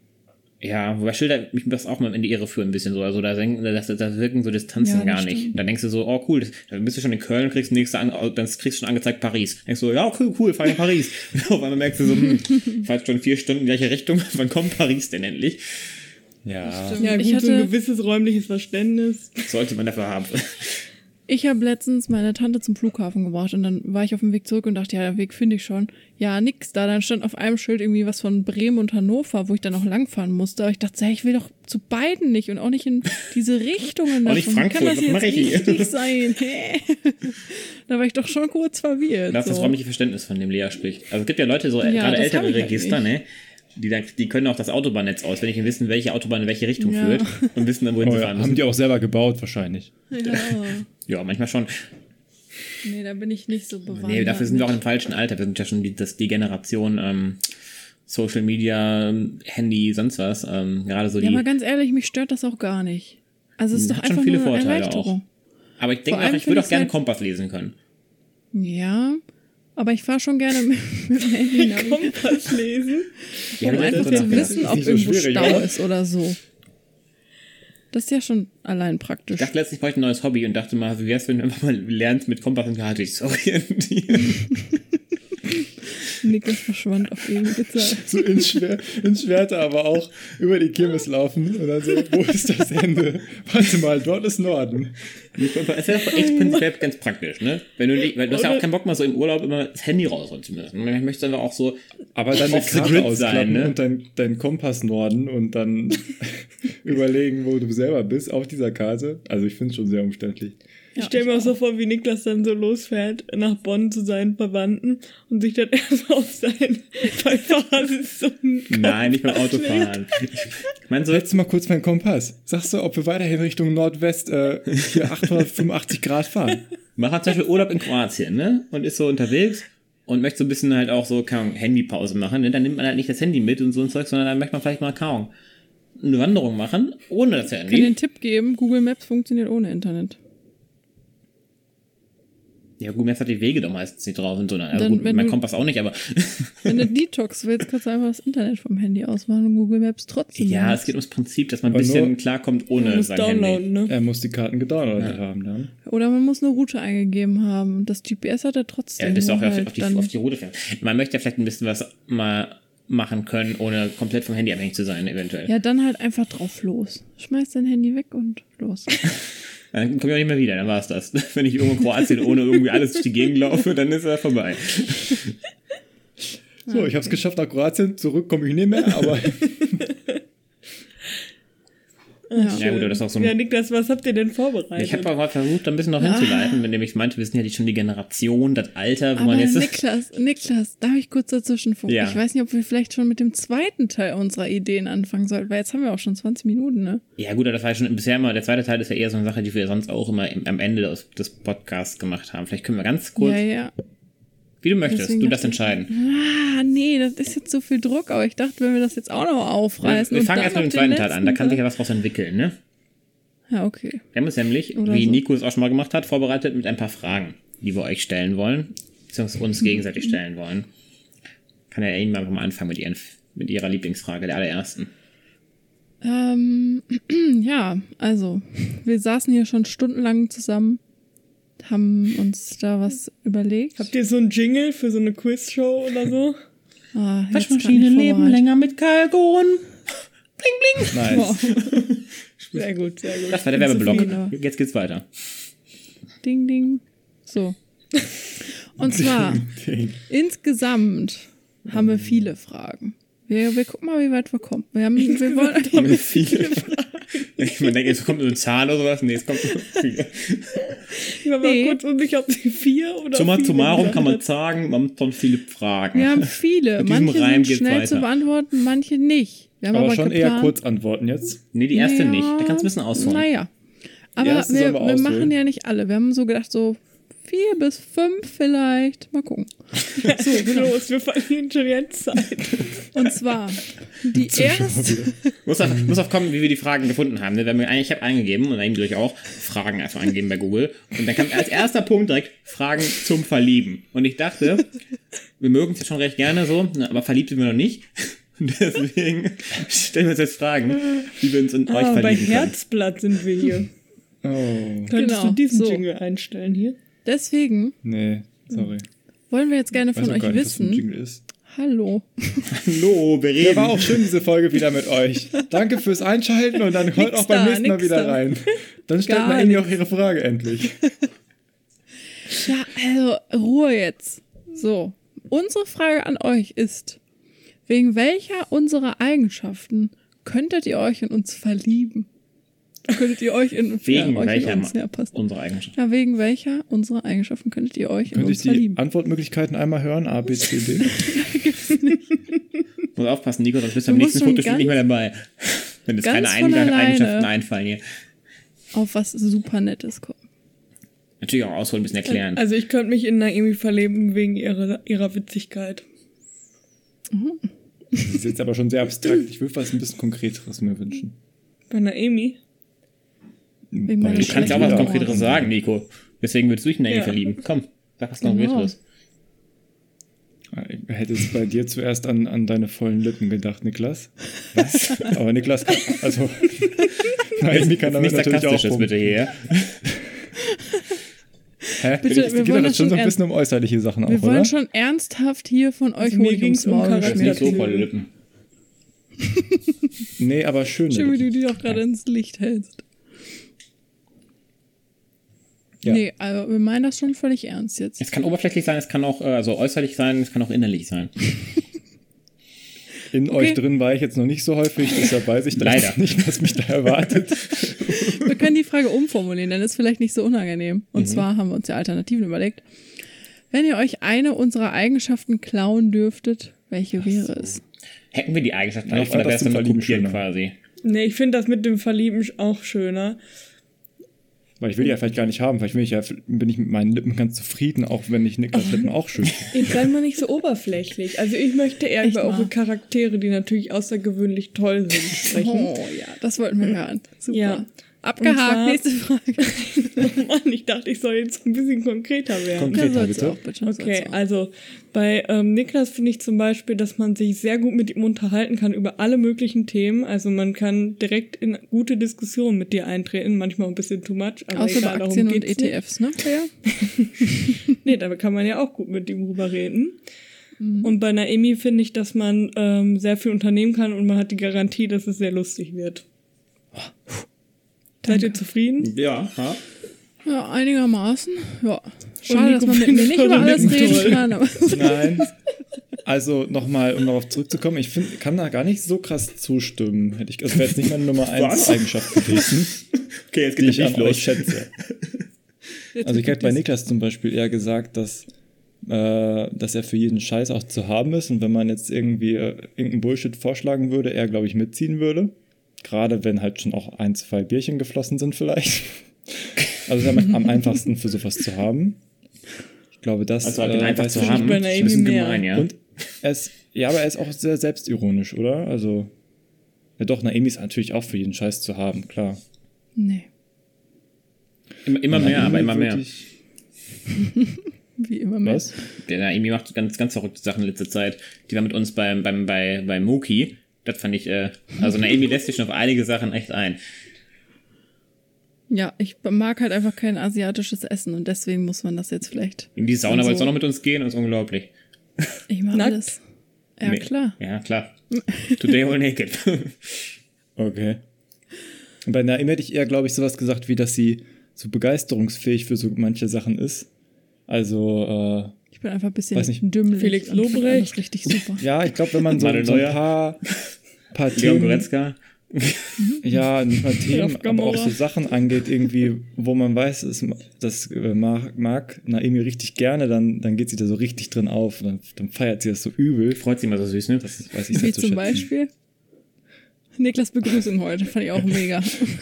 Ja, wobei Schilder mich das auch mal in die Irre führen ein bisschen so. Also da, senken, da, da wirken so Distanzen Ja, gar das nicht. stimmt. Dann denkst du so, oh cool, das, dann bist du schon in Köln und kriegst nächste an, dann kriegst du schon angezeigt Paris. Denkst du so, ja, cool, cool, fahr in Paris. Auf einmal merkst du so, hm, fahr schon vier Stunden in die gleiche Richtung, wann kommt Paris denn endlich? Ja. Ja, Ich gut, so ein hatte- gewisses räumliches Verständnis. Sollte man dafür haben. Ich habe letztens meine Tante zum Flughafen gebracht und dann war ich auf dem Weg zurück und dachte, ja, den Weg finde ich schon. Ja, nix da. Dann stand auf einem Schild irgendwie was von Bremen und Hannover, wo ich dann noch langfahren musste. Aber ich dachte, hey, ich will doch zu beiden nicht und auch nicht in diese Richtungen. Auch nicht davon. Wie Frankfurt, kann das was jetzt mache ich hier? richtig sein? Hä? Da war ich doch schon kurz verwirrt. Das ist das so. räumliche Verständnis, von dem Lea spricht. Also es gibt ja Leute, so äh, Ja, gerade das ältere hab ich halt Register, nicht. ne? Die, dann- die können auch das Autobahnnetz auswendig und wissen, welche Autobahn in welche Richtung Ja. führt und wissen dann, wohin Oh, sie ja. fahren Haben müssen. die auch selber gebaut, wahrscheinlich. Ja. Ja, manchmal schon. Nee, da bin ich nicht so bewandert. Nee, dafür sind wir auch mit. im falschen Alter. Wir sind ja schon die, das, die Generation ähm, Social Media, ähm, Handy, sonst was. Ähm, gerade so die. Ja, aber ganz ehrlich, mich stört das auch gar nicht. Also es ist Hat doch schon einfach viele nur eine Vorteile Erleichterung. aber ich denke vor auch, allem ich würde finde auch gerne ich's halt- Kompass lesen können. Ja, aber ich fahre schon gerne mit, mit dem Handy nach. Kompass lesen. Ja, Um aber das einfach ist zu doch- wissen, ist ob nicht so irgendwo schwierig, Stau oder? ist oder so. Das ist ja schon allein Ich praktisch. dachte letztlich, ich bräuchte ein neues Hobby und dachte mal, wie wär's, wenn du einfach mal lernst, mit Kompass und Karte dich zu orientieren. Niklas verschwand auf ewige Zeit. So in, Schwer, in Schwerte aber auch über die Kirmes laufen und dann so, wo ist das Ende? Warte mal, dort ist Norden. Es ist ja echt prinzipiell ganz praktisch, ne? Wenn du nicht, weil du hast ja auch keinen Bock mal so im Urlaub immer das Handy rausholen zu müssen. Man möchte einfach auch so Aber dann eine off the Karte grid ausklappen sein, ne? und dein, dein Kompass Norden und dann überlegen, wo du selber bist auf dieser Karte. Also ich finde es schon sehr umständlich. Ich stelle mir auch so vor, wie Niklas dann so losfährt nach Bonn zu seinen Verwandten und sich dann erst auf seinen Beifahrersitz so einen Nein, nicht beim Kompass legt. Autofahren. Ich meine, so Setz mal kurz meinen Kompass. Sagst du, ob wir weiterhin Richtung Nordwest äh, hier achthundertfünfundachtzig Grad fahren? man hat zum Beispiel Urlaub in Kroatien, ne? Und ist so unterwegs und möchte so ein bisschen halt auch so, keine Ahnung, Handypause machen, ne? Dann nimmt man halt nicht das Handy mit und so ein Zeug, sondern dann möchte man vielleicht mal, keine Ahnung, eine Wanderung machen, ohne das Ich kann Handy. den Tipp geben, Google Maps funktioniert ohne Internet. Ja, gut, Maps hat die Wege doch meistens nicht drauf und so. Also Dann, gut, wenn mein du- Kompass auch nicht, aber Wenn du Detox willst, kannst du einfach das Internet vom Handy ausmachen und Google Maps trotzdem. ja, benutzt. es geht ums Prinzip, dass man ein Aber bisschen nur- klarkommt Man ohne muss sein downloaden, Handy. ne? Er muss die Karten gedownloadet haben dann. Oder man muss eine Route eingegeben haben und das G P S hat er trotzdem. Ja, bist du auch nur auf, halt auf, die, dann- auf die Route fahren. Man möchte ja vielleicht ein bisschen was mal machen können, ohne komplett vom Handy abhängig zu sein, eventuell. Ja, dann halt einfach drauf los. Schmeiß dein Handy weg und los. Dann komme ich auch nicht mehr wieder, dann war es das. Wenn ich irgendwo in Kroatien ohne irgendwie alles durch die Gegend laufe, dann ist er vorbei. So, ich habe es geschafft nach Kroatien, zurück komme ich nicht mehr, aber Ja. Ja gut, aber das ist auch so ein... Ja, Niklas, was habt ihr denn vorbereitet? Ich habe aber versucht, da ein bisschen noch hinzuleiten, wenn ich meinte, wir sind ja die, schon die Generation, das Alter, wo Aber man jetzt... Niklas, Niklas, darf ich kurz dazwischen funken? Ja. Ich weiß nicht, ob wir vielleicht schon mit dem zweiten Teil unserer Ideen anfangen sollten, weil jetzt haben wir auch schon zwanzig Minuten, ne? Ja gut, aber das war ja schon bisher immer, der zweite Teil ist ja eher so eine Sache, die wir sonst auch immer im, am Ende des, des Podcasts gemacht haben. Vielleicht können wir ganz kurz, Ja, ja. wie du möchtest, Deswegen du das dachte ich- entscheiden. Ah, nee, das ist jetzt so viel Druck, aber ich dachte, wenn wir das jetzt auch noch aufreißen. wir und fangen dann erst mit dem noch zweiten den Teil an, da kann sich ja letzten was draus entwickeln, ne? Teil- Ja, okay. Wir haben uns nämlich, Oder wie so. Nico es auch schon mal gemacht hat, vorbereitet mit ein paar Fragen, die wir euch stellen wollen, beziehungsweise uns gegenseitig stellen wollen. Kann ja irgendwann mal anfangen mit, ihren, mit ihrer Lieblingsfrage, der allerersten. Ähm, ja, also, wir saßen hier schon stundenlang zusammen, haben uns da was überlegt. Habt ihr so einen Jingle für so eine Quizshow oder so? Ah, jetzt kann ich vorbereiten. länger mit Kalkon. Bling, bling. nice. Sehr gut, sehr gut. Das war der Bin Werbeblock. zufrieden. Jetzt geht's weiter. Ding, ding. So. Und zwar, insgesamt haben wir viele Fragen. Wir, wir gucken mal, wie weit wir kommen. Wir, haben, wir wollen Viele Ich man denkt, jetzt kommt so eine Zahl oder sowas. Nee, es kommt viele. Ich war Nee. mal kurz unsicher, ob sie vier oder Summa viele summarum gesagt kann man hat. sagen, man hat schon viele Fragen. Wir haben viele. Mit diesem Manche Reim sind geht's schnell weiter. zu beantworten, manche nicht. Wir haben aber, aber schon geplant, eher kurz antworten jetzt. Nee, die erste Ja, nicht. Da kannst du ein bisschen ausholen. Naja. Aber erste wir, sollen wir wir ausholen. machen ja nicht alle. Wir haben so gedacht, so vier bis fünf vielleicht. Mal gucken. So, los, wir verlieren schon jetzt Zeit. Und zwar die erste. Muss auf, muss auf kommen, wie wir die Fragen gefunden haben. Ne? Wir haben eigentlich, ich habe eingegeben und eben durch auch Fragen einfach eingegeben bei Google. Und dann kam als erster Punkt direkt Fragen zum Verlieben. Und ich dachte, wir mögen es ja schon recht gerne so, ne, aber verliebt sind wir noch nicht. Und deswegen stellen wir uns jetzt Fragen, wie wir uns in euch Ah, bei verlieben können. Herzblatt sind wir hier. Oh, Könntest Genau, du diesen so. Jingle einstellen hier? Deswegen nee, sorry. wollen wir jetzt gerne Weiß von auch gar euch nicht, was für ein wissen. Jingle ist. Hallo. Hallo, wir Ja, reden. war auch schön, diese Folge wieder mit euch. Danke fürs Einschalten und dann hört Nix auch beim da, nächsten Mal nix wieder da. rein. Dann stellt Gar man Ihnen nix. auch Ihre Frage endlich. Ja, also Ruhe jetzt. So, unsere Frage an euch ist, wegen welcher unserer Eigenschaften könntet ihr euch in uns verlieben? Könntet ihr euch in, Wegen ja, euch welcher in uns, ja, passt. unsere Eigenschaft. Ja, wegen welcher unserer Eigenschaften könntet ihr euch in Könnte ich uns die verlieben? Antwortmöglichkeiten einmal hören? A, B, C, D. Muss aufpassen, Nico, sonst bist du Du am musst nächsten schon Fotoshoot nicht mehr dabei. Wenn jetzt ganz keine von Eigen- alleine. Eigenschaften einfallen hier. Auf was super Nettes kommen. Natürlich auch ausholen, ein bisschen erklären. Also ich könnte mich in Naomi verlieben wegen ihrer, ihrer Witzigkeit. Das ist jetzt aber schon sehr abstrakt. Ich würde was ein bisschen Konkreteres mir wünschen. Bei Naomi? Wegen Weil meiner Du kannst ja auch schlechten was Ohren. Konkreteres sagen, Nico. Deswegen würdest du dich in Nanny Ja. verlieben. Komm, sag was Genau. Konkreteres. Ich hätte jetzt bei dir zuerst an, an deine vollen Lippen gedacht, Niklas. Was? Aber Niklas kann, also, Naomi kann damit Nicht natürlich auch sarkastisches rum. bitte hier. Hä? Bitte, es wir geht wollen doch das schon schon so ein bisschen um äußerliche Sachen auch, Wir wollen oder? schon ernsthaft hier von euch Also mir Honig ging's ums um Maul Das ist Charakter. nicht schmecken. so volle Lippen. Nee, aber schön. Schön, wie du die auch gerade ins Licht hältst. Ja. Nee, also wir meinen das schon völlig ernst jetzt. Es kann oberflächlich sein, es kann auch äh, also äußerlich sein, es kann auch innerlich sein. In Okay. euch drin war ich jetzt noch nicht so häufig, deshalb weiß ich das Leider. nicht, was mich da erwartet. Wir können die Frage umformulieren, dann ist es vielleicht nicht so unangenehm. Und Mhm. zwar haben wir uns ja Alternativen überlegt. Wenn ihr euch eine unserer Eigenschaften klauen dürftet, welche wäre es? Hätten wir die Eigenschaften Ja, auch, ich oder fand wäre das es zum nur Verlieben kopieren schöner. quasi? Nee, ich finde das mit dem Verlieben auch schöner. Weil ich will die ja vielleicht gar nicht haben. Vielleicht bin ich, ja, bin ich mit meinen Lippen ganz zufrieden, auch wenn ich Niklas Lippen auch schön finde. Jetzt sei mal nicht so oberflächlich. Also ich möchte eher Echt über mal. eure Charaktere, die natürlich außergewöhnlich toll sind, sprechen. Oh ja, das wollten wir hören. Super. Ja. Abgehakt, Und zwar- nächste Frage. Oh Mann, ich dachte, ich soll jetzt ein bisschen konkreter werden. Konkret. Ja, Konkreter, sollst du bitte. auch, bitte. Okay, sollst du auch. also bei ähm, Niklas finde ich zum Beispiel, dass man sich sehr gut mit ihm unterhalten kann über alle möglichen Themen. Also man kann direkt in gute Diskussionen mit dir eintreten, manchmal ein bisschen too much, aber Außer bei egal, darum Aktien und geht's E T Fs, ne? Ja. nicht. Nee, da kann man ja auch gut mit ihm drüber reden. Und bei Naomi finde ich, dass man ähm, sehr viel unternehmen kann und man hat die Garantie, dass es sehr lustig wird. Seid ihr zufrieden? Ja, ja. Ja, einigermaßen. Ja. Schade, Nico dass man mit mir findet nicht über eure alles Lippen reden toll. kann, aber Nein. Also nochmal, um darauf zurückzukommen, ich find, kann da gar nicht so krass zustimmen. Hätte ich, das wäre jetzt nicht meine Nummer eins Eigenschaft gewesen, Okay, jetzt die geht ich an nicht los. euch schätze. Also ich hätte bei Niklas zum Beispiel eher gesagt, dass, äh, dass er für jeden Scheiß auch zu haben ist und wenn man jetzt irgendwie äh, irgendeinen Bullshit vorschlagen würde, er, glaube ich, mitziehen würde. Gerade wenn halt schon auch ein, zwei Bierchen geflossen sind vielleicht. Also ist er am einfachsten für sowas zu haben. Ich glaube, das Also halt den äh, einfach weiß zu ich haben, bei ist einer ein bisschen Amy mehr. gemein, ja. Und er ist, ja, aber er ist auch sehr selbstironisch, oder? Also, ja doch, Naomi ist natürlich auch für jeden Scheiß zu haben, klar. Nee. Immer, immer mehr, aber immer mehr. Ich, Wie immer mehr. was? Der Naomi macht ganz, ganz verrückte Sachen in letzter Zeit. Die war mit uns beim, beim, bei, bei Moki. Das fand ich, äh, also Naomi lässt sich schon auf einige Sachen echt ein. Ja, ich mag halt einfach kein asiatisches Essen und deswegen muss man das jetzt vielleicht. In die Sauna So. wolltest du auch noch mit uns gehen, das ist unglaublich. Ich mache Nackt? alles. Ja, Nee. klar. Ja, klar. Today all naked. Okay. Und bei Naomi hätte ich eher, glaube ich, sowas gesagt, wie, dass sie so begeisterungsfähig für so manche Sachen ist. Also, Ich bin einfach ein bisschen Weiß nicht. dümmlich. Felix und finde Lobrecht. Das richtig super. äh, ja, ich glaube, wenn man so, Manuel so ein Neuer. paar, paar Leon Themen, Goretzka. ja, ein paar Themen, Ralf aber Gamora. auch so Sachen angeht, irgendwie, wo man weiß, es, das äh, mag, mag Naomi richtig gerne, dann, dann geht sie da so richtig drin auf. Dann, dann feiert sie das so übel. Freut sich immer so süß, ne? Das weiß ich sehr Wie zu zum schätzen. Beispiel Niklas Begrüßung heute. Fand ich auch mega.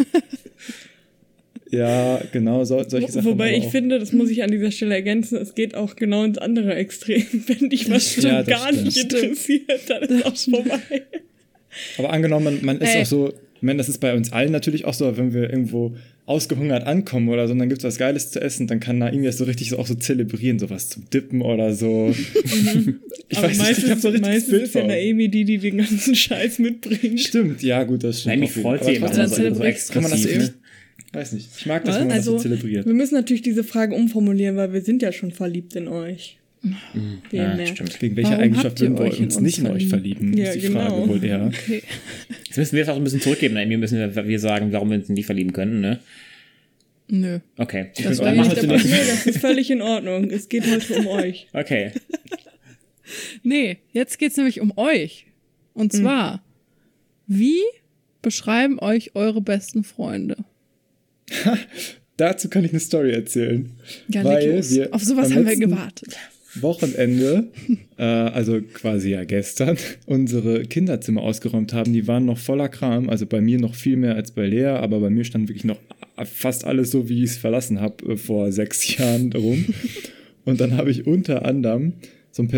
Ja, genau, so, solche Sachen. Wobei aber ich auch. finde, das muss ich an dieser Stelle ergänzen, es geht auch genau ins andere Extrem. Wenn dich was schon Ja, das gar nicht stimmt. interessiert, dann ist auch vorbei. Aber angenommen, man, man ist Ey. auch so, ich meine, das ist bei uns allen natürlich auch so, wenn wir irgendwo ausgehungert ankommen oder so, und dann gibt es was Geiles zu essen, dann kann Naomi das so richtig so auch so zelebrieren, sowas zum Dippen oder so. Ich Aber weiß nicht, meistens, ich habe so richtig meistens Bild ist ja vor Augen. Naomi die, die den ganzen Scheiß mitbringt. Stimmt, ja gut, das stimmt. Naomi auf jeden freut Fall. sich Aber immer trotzdem so, so kann man das so expressiv, eben, ne? weiß nicht, ich mag das, Was? wenn man das Also, so zelebriert. wir müssen natürlich diese Frage umformulieren, weil wir sind ja schon verliebt in euch. Wie ihr Ja, merkt. stimmt. Wegen welcher Warum Eigenschaft habt ihr würden wir euch in uns uns nicht in euch verliebt? verlieben, Ja, ist die genau. Frage wohl eher. Okay. Jetzt müssen wir das auch ein bisschen zurückgeben, Naomi, müssen wir, wir sagen, warum wir uns in die verlieben können, ne? Nö. Okay. Das war Dann ja machen nicht wir der zunächst. Nee, das ist völlig in Ordnung. Es geht heute um euch. Okay. Nee, jetzt geht's nämlich um euch. Und zwar, wie beschreiben euch eure besten Freunde? Dazu kann ich eine Story erzählen. Ja, Weil leg los. wir Auf sowas am haben wir letzten gewartet. Wochenende, äh, also quasi ja gestern, unsere Kinderzimmer ausgeräumt haben. Die waren noch voller Kram, also bei mir noch viel mehr als bei Lea, aber bei mir stand wirklich noch fast alles so, wie ich es verlassen habe äh, vor sechs Jahren rum. Und dann habe ich unter anderem so ein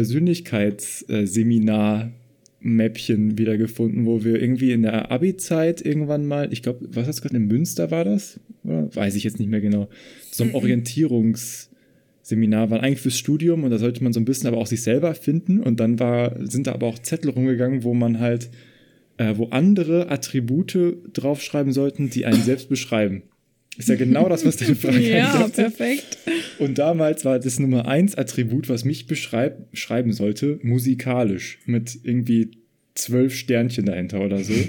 Persönlichkeitsseminar-Mäppchen wiedergefunden, wo wir irgendwie in der Abi-Zeit irgendwann mal, ich glaube, was hast du gerade, in Münster war das? Oder? Weiß ich jetzt nicht mehr genau. So ein Orientierungs- Seminar waren eigentlich fürs Studium und da sollte man so ein bisschen aber auch sich selber finden und dann war, sind da aber auch Zettel rumgegangen, wo man halt, äh, wo andere Attribute draufschreiben sollten, die einen selbst beschreiben. Ist ja genau das, was deine Frage Ja, eigentlich hatte. perfekt. Und damals war das Nummer eins Attribut, was mich beschreib, schreiben sollte, musikalisch, mit irgendwie zwölf Sternchen dahinter oder so.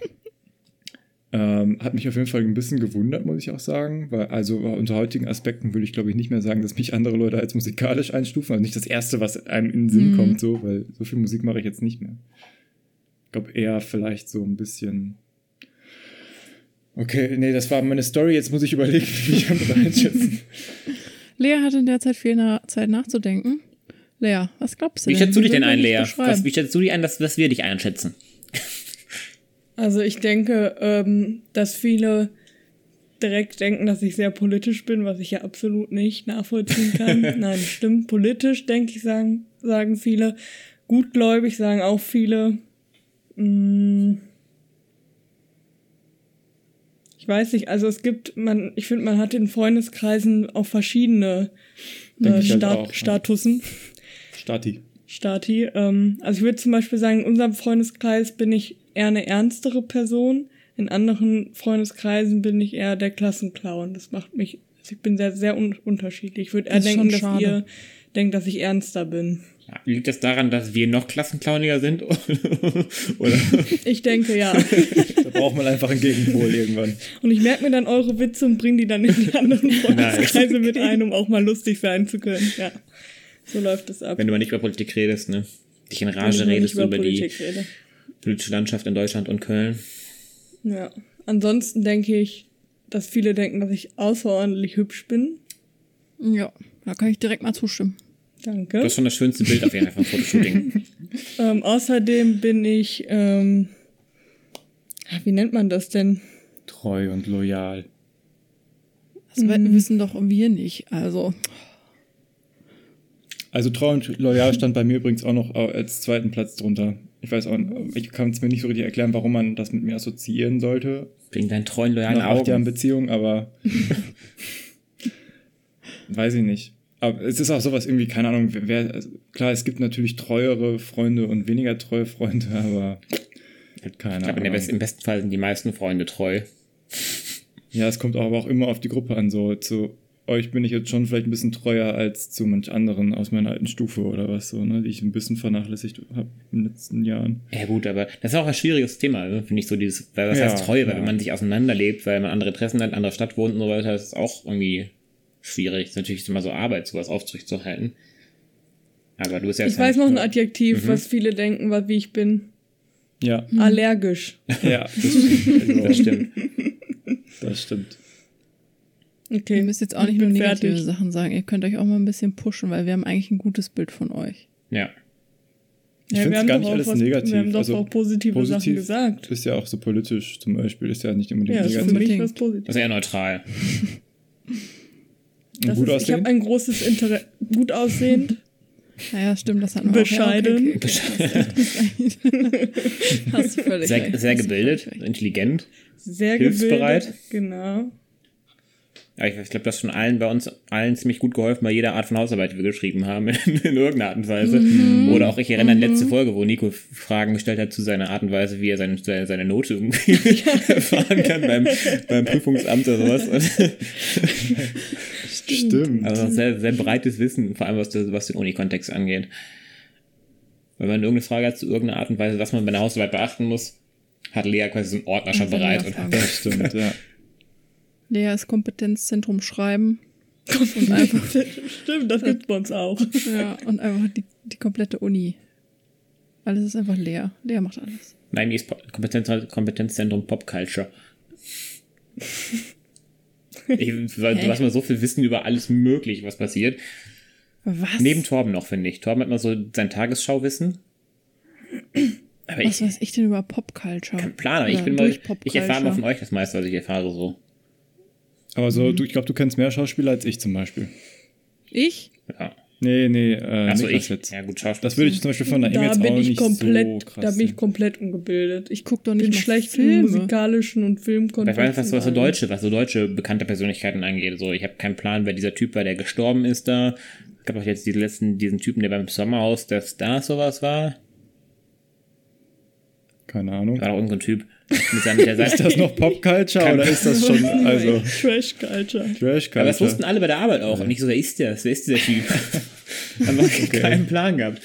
Ähm, hat mich auf jeden Fall ein bisschen gewundert, muss ich auch sagen, weil also unter heutigen Aspekten würde ich glaube ich nicht mehr sagen, dass mich andere Leute als musikalisch einstufen, also nicht das Erste, was einem in den Sinn Mhm. kommt, so, weil so viel Musik mache ich jetzt nicht mehr. Ich glaube eher vielleicht so ein bisschen. Okay, nee, das war meine Story, jetzt muss ich überlegen, wie ich andere einschätzen. Lea hat in der Zeit viel na Zeit nachzudenken. Lea, was glaubst du Wie denn? schätzt du dich Wie denn würden ein, wir Lea? dich beschreiben? Was, wie schätzt du dich ein, dass, dass wir dich einschätzen? Also ich denke, ähm, dass viele direkt denken, dass ich sehr politisch bin, was ich ja absolut nicht nachvollziehen kann. Nein, stimmt. Politisch, denke ich, sagen, sagen viele. Gutgläubig sagen auch viele. Hm. Ich weiß nicht, also es gibt, man, ich finde, man hat in Freundeskreisen auch verschiedene Denke äh, ich halt Stat auch, ja. Statussen. Stati. Stati. Ähm, also ich würde zum Beispiel sagen, in unserem Freundeskreis bin ich eher eine ernstere Person. In anderen Freundeskreisen bin ich eher der Klassenclown. Das macht mich, also ich bin sehr, sehr un unterschiedlich. Ich würde eher Das ist denken, schon dass schade. ihr denkt, dass ich ernster bin. Ja, liegt das daran, dass wir noch klassenclowniger sind? Oder? Ich denke, ja. Da braucht man einfach einen Gegenpol irgendwann. Und ich merke mir dann eure Witze und bringe die dann in die anderen Freundeskreise mit ein, um auch mal lustig sein zu können. Ja, so läuft es ab. Wenn du mal nicht über Politik redest, ne? dich in wenn ich Rage noch nicht redest über die Politik rede. politische Landschaft in Deutschland und Köln. Ja. Ansonsten denke ich, dass viele denken, dass ich außerordentlich hübsch bin. Ja, da kann ich direkt mal zustimmen. Danke. Das ist schon das schönste Bild auf jeden Fall vom Fotoshooting. Ähm, außerdem bin ich, ähm, ja, wie nennt man das denn? Treu und loyal. Das Mhm. wissen doch wir nicht. Also, Also treu und loyal stand bei mir übrigens auch noch als zweiten Platz drunter. Ich weiß auch, ich kann es mir nicht so richtig erklären, warum man das mit mir assoziieren sollte. Wegen deinen treuen, loyalen Nach acht Jahren Augen. Beziehung, aber weiß ich nicht. Aber es ist auch sowas irgendwie, keine Ahnung, wer, also klar, es gibt natürlich treuere Freunde und weniger treue Freunde, aber keine Ich glaube, in der Ahnung. Best, im besten Fall sind die meisten Freunde treu. Ja, es kommt aber auch immer auf die Gruppe an. So zu euch bin ich jetzt schon vielleicht ein bisschen treuer als zu manch anderen aus meiner alten Stufe oder was so, ne, die ich ein bisschen vernachlässigt habe in den letzten Jahren. Ja gut, aber das ist auch ein schwieriges Thema, ne? Finde ich so dieses, weil was Ja, heißt Treue, weil ja. wenn man sich auseinanderlebt, weil man andere Interessen hat, andere Stadt wohnt und so weiter, das ist auch irgendwie schwierig. Das ist natürlich immer so Arbeit, sowas aufrechtzuerhalten. Aber du bist ja Ich jetzt weiß nicht- noch ein Adjektiv, Mhm. was viele denken, was, wie ich bin. Ja, Allergisch. ja, das stimmt. Das stimmt. Das stimmt. Okay. ihr müsst jetzt auch ich nicht nur bin negative fertig. Sachen sagen. Ihr könnt euch auch mal ein bisschen pushen, weil wir haben eigentlich ein gutes Bild von euch. Ja. Ich Ja, finde wir es haben gar doch nicht auch alles was- negativ. Wir haben doch also auch positive Sachen gesagt. ist ja auch so politisch zum Beispiel, ist ja nicht unbedingt Ja, ist für negativ. mich Unbedingt. was Positives. Das ist eher neutral. Und Das gut ist, ich habe aussehen? ein großes Interesse. Gut aussehend. Naja, stimmt, das hatten wir Bescheiden. auch. Ja, okay, okay. Hast du völlig Sehr, recht. sehr Hast du gebildet, völlig recht. intelligent. Sehr Hilfsbereit. gebildet. Genau. Ja, ich, ich glaube, das hat schon allen bei uns allen ziemlich gut geholfen bei jeder Art von Hausarbeit, die wir geschrieben haben, in, in irgendeiner Art und Weise. Mhm. Oder auch, ich erinnere an die letzte Folge, wo Nico Fragen gestellt hat zu seiner Art und Weise, wie er seine, seine, seine Note irgendwie erfahren kann beim, beim Prüfungsamt oder sowas. Stimmt. Also sehr, sehr breites Wissen, vor allem was, das, was den Uni-Kontext angeht. Wenn man irgendeine Frage hat zu irgendeiner Art und Weise, was man bei einer Hausarbeit beachten muss, hat Lea quasi so einen Ordner schon Also bereit. Lea Und Fragen. Das stimmt, ja. Lea ist Kompetenzzentrum Schreiben. Und einfach, Stimmt, das gibt's bei uns auch. ja, und einfach die, die komplette Uni. Alles ist einfach Lea. Lea macht alles. Nein, die ist Po- Kompetenz, Kompetenzzentrum Pop Culture. Ich, weil du Hä? hast mal so viel Wissen über alles Mögliche, was passiert. Was? Neben Torben noch, finde ich. Torben hat mal so sein Tagesschauwissen. Aber Was ich weiß ich denn über Popculture? kein Plan, aber ich Oder bin mal, durch ich erfahre mal Popculture? von euch das meiste, was ich erfahre so. Aber so, du, ich glaube, du kennst mehr Schauspieler als ich zum Beispiel. Ich? Ja. Nee, nee, äh, Achso, Niklas ich. jetzt. Ja, gut, Schauspiel. Das würde ich zum Beispiel von der Da jetzt bin auch ich nicht komplett, so krass da bin ich sehen. komplett ungebildet. Ich Guck doch nicht bin mal schlecht im Filme. musikalischen und Filmkontext. Ich weiß, was, was so und allem. deutsche, was so deutsche bekannte Persönlichkeiten angeht. So, ich habe keinen Plan, wer dieser Typ war, der gestorben ist da. Es gab auch jetzt diesen letzten, diesen Typen, der beim Sommerhaus der Stars sowas war. Keine Ahnung. War doch irgendein Typ. Mit seinem, der Ist das noch Popculture Kann- oder ist das schon, also, Trash Culture. Trash Aber das wussten Culture? alle bei der Arbeit auch. Und nicht so, wer ist der? Wer ist dieser Typ? Aber keinen Plan gehabt.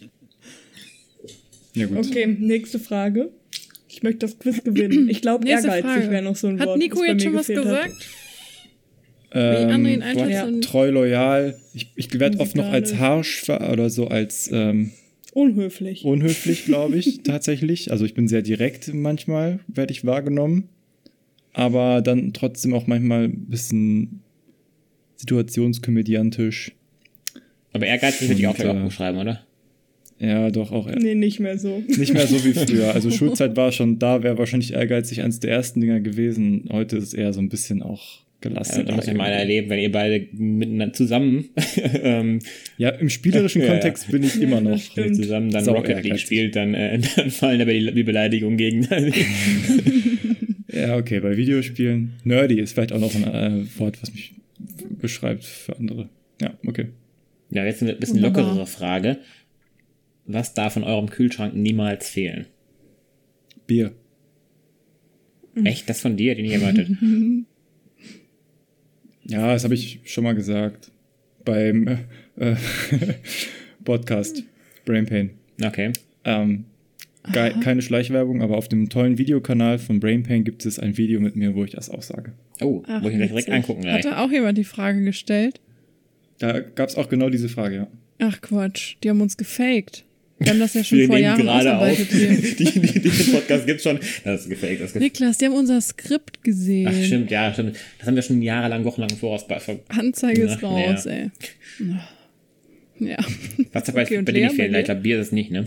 Ja, gut. Okay, nächste Frage. Ich möchte das Quiz gewinnen. Ich glaube, Nächste ehrgeizig Frage. wäre noch so ein Hat Wort. Nico das bei jetzt mir schon was gefehlt hat. gesagt? Wie andere ihn Ähm, einschätzen? treu, loyal. Ich, ich werde oft noch als Musikalisch. harsch ver- oder so als ähm, Unhöflich. unhöflich, glaube ich, tatsächlich. Also ich bin sehr direkt manchmal, werde ich wahrgenommen. Aber dann trotzdem auch manchmal ein bisschen situationskomödiantisch. Aber ehrgeizig würde ich auch Und, gleich äh, auch beschreiben, oder? Ja, doch auch. eher- Nee, nicht mehr so. Nicht mehr so wie früher. Also Schulzeit war schon da, wäre wahrscheinlich ehrgeizig eines der ersten Dinger gewesen. Heute ist es eher so ein bisschen auch gelassen. Also, da muss ich mal erleben, wenn ihr beide miteinander zusammen, ähm, Ja, im spielerischen Ja. Kontext bin ich immer Ja, noch. das stimmt. wenn ihr zusammen dann Sau Rocket League ehrgeizig. spielt, dann, äh, dann fallen aber die, die Beleidigungen gegen. Ja, okay, bei Videospielen. Nerdy ist vielleicht auch noch ein äh, Wort, was mich beschreibt für andere. Ja, okay. Ja, jetzt eine bisschen Wunderbar. lockerere Frage. Was darf in eurem Kühlschrank niemals fehlen? Bier. Echt? Das von dir, den ich erwartet. Ja, das habe ich schon mal gesagt. Beim äh, äh, Podcast Brain Pain. Okay. Ähm, ge- keine Schleichwerbung, aber auf dem tollen Videokanal von Brain Pain gibt es ein Video mit mir, wo ich das auch sage. Oh, Ach, muss ich mir direkt witzig. angucken gleich. Hat da auch jemand die Frage gestellt? Da gab es auch genau diese Frage, ja. Ach Quatsch, die haben uns gefaked. Wir haben das ja schon Wir vor nehmen Jahren gerade auf. ausarbeitet hier. Die, die, diesen Podcast gibt's schon. Das ist gefaked. Das ist gefaked. Niklas, die haben unser Skript gesehen. Ach, stimmt, ja, stimmt. Das haben wir schon jahrelang, wochenlang voraus. Anzeige ist Ja, raus, ja. ey. Ja. Was dabei Okay, und bei dir Lea, nicht fehlen? bei Ich glaube, Bier ist es nicht, ne?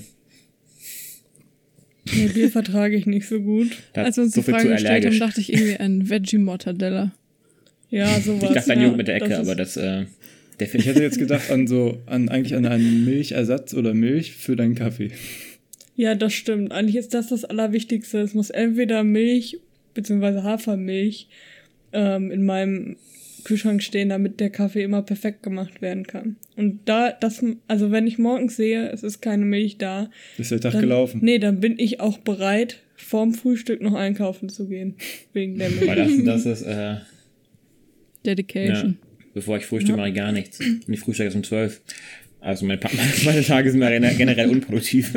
Nee, Bier vertrage ich nicht so gut. Da Als wir uns so die viel Frage zu gestellt haben, allergisch. dachte ich irgendwie an Veggie-Mortadella. Ja, sowas. Ich dachte an ja, Joghurt mit der Ecke, das ist- aber das, äh, der Ich finde hätte jetzt gedacht an so, an eigentlich an einen Milchersatz oder Milch für deinen Kaffee. Ja, das stimmt. Eigentlich ist das das Allerwichtigste. Es muss entweder Milch bzw. Hafermilch ähm, in meinem Kühlschrank stehen, damit der Kaffee immer perfekt gemacht werden kann. Und da, das, also wenn ich morgens sehe, es ist keine Milch da, Ist der Tag dann, gelaufen. nee, dann bin ich auch bereit, vorm Frühstück noch einkaufen zu gehen. Wegen der Milch. weil das, das ist, äh, ja, Dedication. bevor ich frühstücke, mache ich gar nichts. Und ich frühstücke erst um zwölf. Also meine, Pa- meine Tage sind da generell unproduktiv.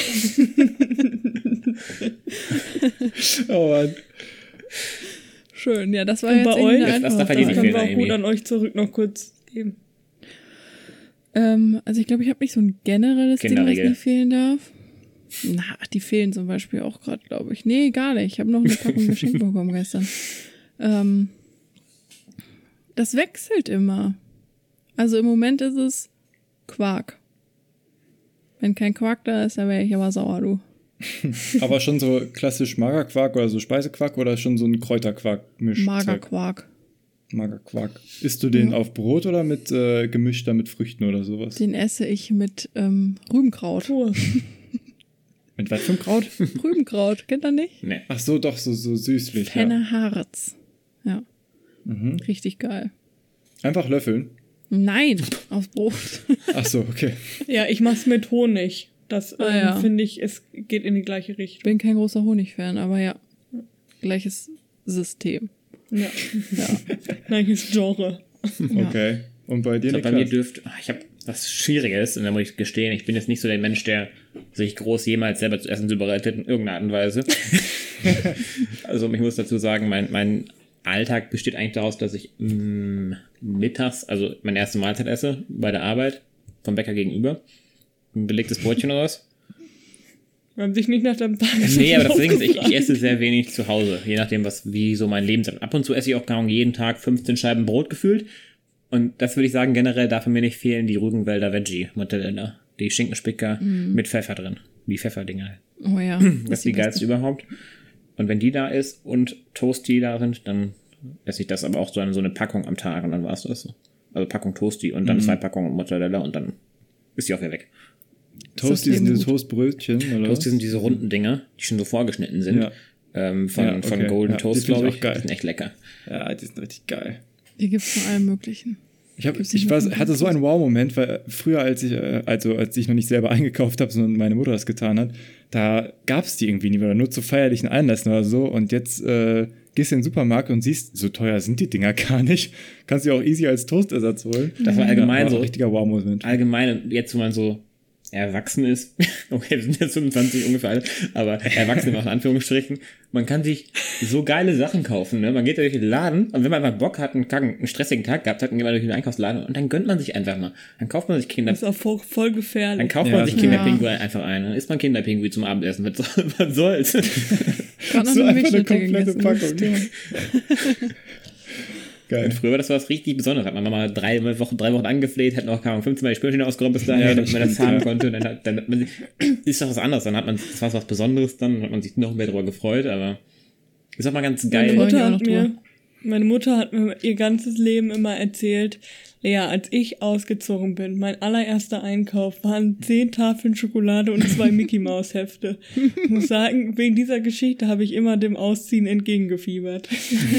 Oh Mann. Schön, ja, das war Und jetzt bei irgendwie euch? eine Das darf einfache bei dir Das nicht Frage. können wir auch fehlen, gut Amy. an euch zurück noch kurz geben. Ähm, also ich glaube, ich habe nicht so ein generelles Ding, was Kinderregel. nicht fehlen darf. Na, ach, die fehlen zum Beispiel auch gerade, glaube ich. Nee, gar nicht. Ich habe noch eine Packung geschenkt bekommen gestern. Ähm, das wechselt immer. Also im Moment ist es Quark. Wenn kein Quark da ist, dann wäre ich aber sauer, du. Aber schon so klassisch Magerquark oder so Speisequark oder schon so ein Kräuterquark-Misch? Magerquark. Magerquark. Isst du den Ja. auf Brot oder mit äh, gemischter mit Früchten oder sowas? Den esse ich mit ähm, Rübenkraut. Pur. Mit was für einem Kraut? Rübenkraut, kennt ihr nicht? Nee. Ach so, doch, so, so süßlich. Ja. Penne Harz. Ja, Mhm. richtig geil. Einfach löffeln. Nein, aufs Brot. Ach so, okay. Ja, ich mach's mit Honig. Das ähm, Ah, ja. finde ich, es geht in die gleiche Richtung. Bin kein großer Honigfan, aber ja, gleiches System. Ja. Ja. Gleiches Genre. Ja. Okay. Und bei dir, Ich glaube, bei mir Niklas? dürft, ach, ich habe was Schwieriges, und da muss ich gestehen, ich bin jetzt nicht so der Mensch, der sich groß jemals selber zu essen zubereitet, in irgendeiner Art und Weise. Also ich muss dazu sagen, mein, mein Alltag besteht eigentlich daraus, dass ich mh, mittags, also meine erste Mahlzeit esse, bei der Arbeit, vom Bäcker gegenüber. Ein belegtes Brötchen oder was? Man sich nicht nach deinem Tag. Nee, aber das Ding ist, ich, ich esse sehr wenig zu Hause, je nachdem, was wie so mein Leben ist. Ab und zu esse ich auch kaum jeden Tag fünfzehn Scheiben Brot gefühlt. Und das würde ich sagen, generell darf mir nicht fehlen die Rügenwälder Veggie Mortadella. Die Schinkenspicker mit Pfeffer drin. Die Pfefferdinger. Oh ja. Das ist die geilste überhaupt. Und wenn die da ist und Toasty da sind, dann esse ich das aber auch so eine, so eine Packung am Tag und dann war es das so. Also Packung Toasty und dann zwei Packungen Mortadella und dann ist die auch wieder weg. Toasty das sind Leben diese gut? Toastbrötchen, oder? Toasty sind diese runden Dinger, die schon so vorgeschnitten sind. Ja. Ähm, von, Ja, okay. von Golden Ja, die Toast, find ich glaube auch ich. geil. Die sind echt lecker. Ja, die sind richtig geil. Hier gibt's von allem Möglichen. Ich, hab, Gibt's nicht ich nur war, von hatte so einen Wow-Moment, weil früher, als ich, äh, also als ich noch nicht selber eingekauft habe, sondern meine Mutter das getan hat, da gab es die irgendwie nie oder nur zu feierlichen Anlässen oder so. Und jetzt äh, gehst du in den Supermarkt und siehst, so teuer sind die Dinger gar nicht. Kannst du auch easy als Toastersatz holen. Das war allgemein war so. ein richtiger Wow-Moment. Allgemein, jetzt wo man so erwachsen ist, okay, wir sind jetzt fünfundzwanzig ungefähr alle, aber erwachsen in Anführungsstrichen, man kann sich so geile Sachen kaufen, ne? Man geht da durch den Laden und wenn man einfach Bock hat, einen, Tag- einen stressigen Tag gehabt hat, dann geht man durch den Einkaufsladen und dann gönnt man sich einfach mal. Dann kauft man sich Kinder, Das ist auch voll, voll dann gefährlich. kauft Ja, man sich das- Kinderpinguin einfach ein, dann isst man Kinderpinguin zum Abendessen, was soll- was soll's? Gerade noch So eine einfach eine Milchschnitte komplette gegessen. Packung. Geil. Und früher, das war was richtig Besonderes. Hat man mal drei Wochen, drei Wochen angefleht, hat noch keine Ahnung, fünfzehn Mal die Spülmaschine ausgeräumt bis dahin, Ja, damit das man das stimmt, haben ja. konnte. Dann, hat, dann hat man sich, ist doch was anderes. Dann hat man, das war was Besonderes, dann hat man sich noch mehr darüber gefreut, aber ist auch mal ganz Meine geil. Freuen Mutter, mich auch hat noch mir, drüber. meine Mutter hat mir ihr ganzes Leben immer erzählt, Lea, als ich ausgezogen bin, mein allererster Einkauf waren zehn Tafeln Schokolade und zwei Mickey-Maus-Hefte. Ich muss sagen, wegen dieser Geschichte habe ich immer dem Ausziehen entgegengefiebert.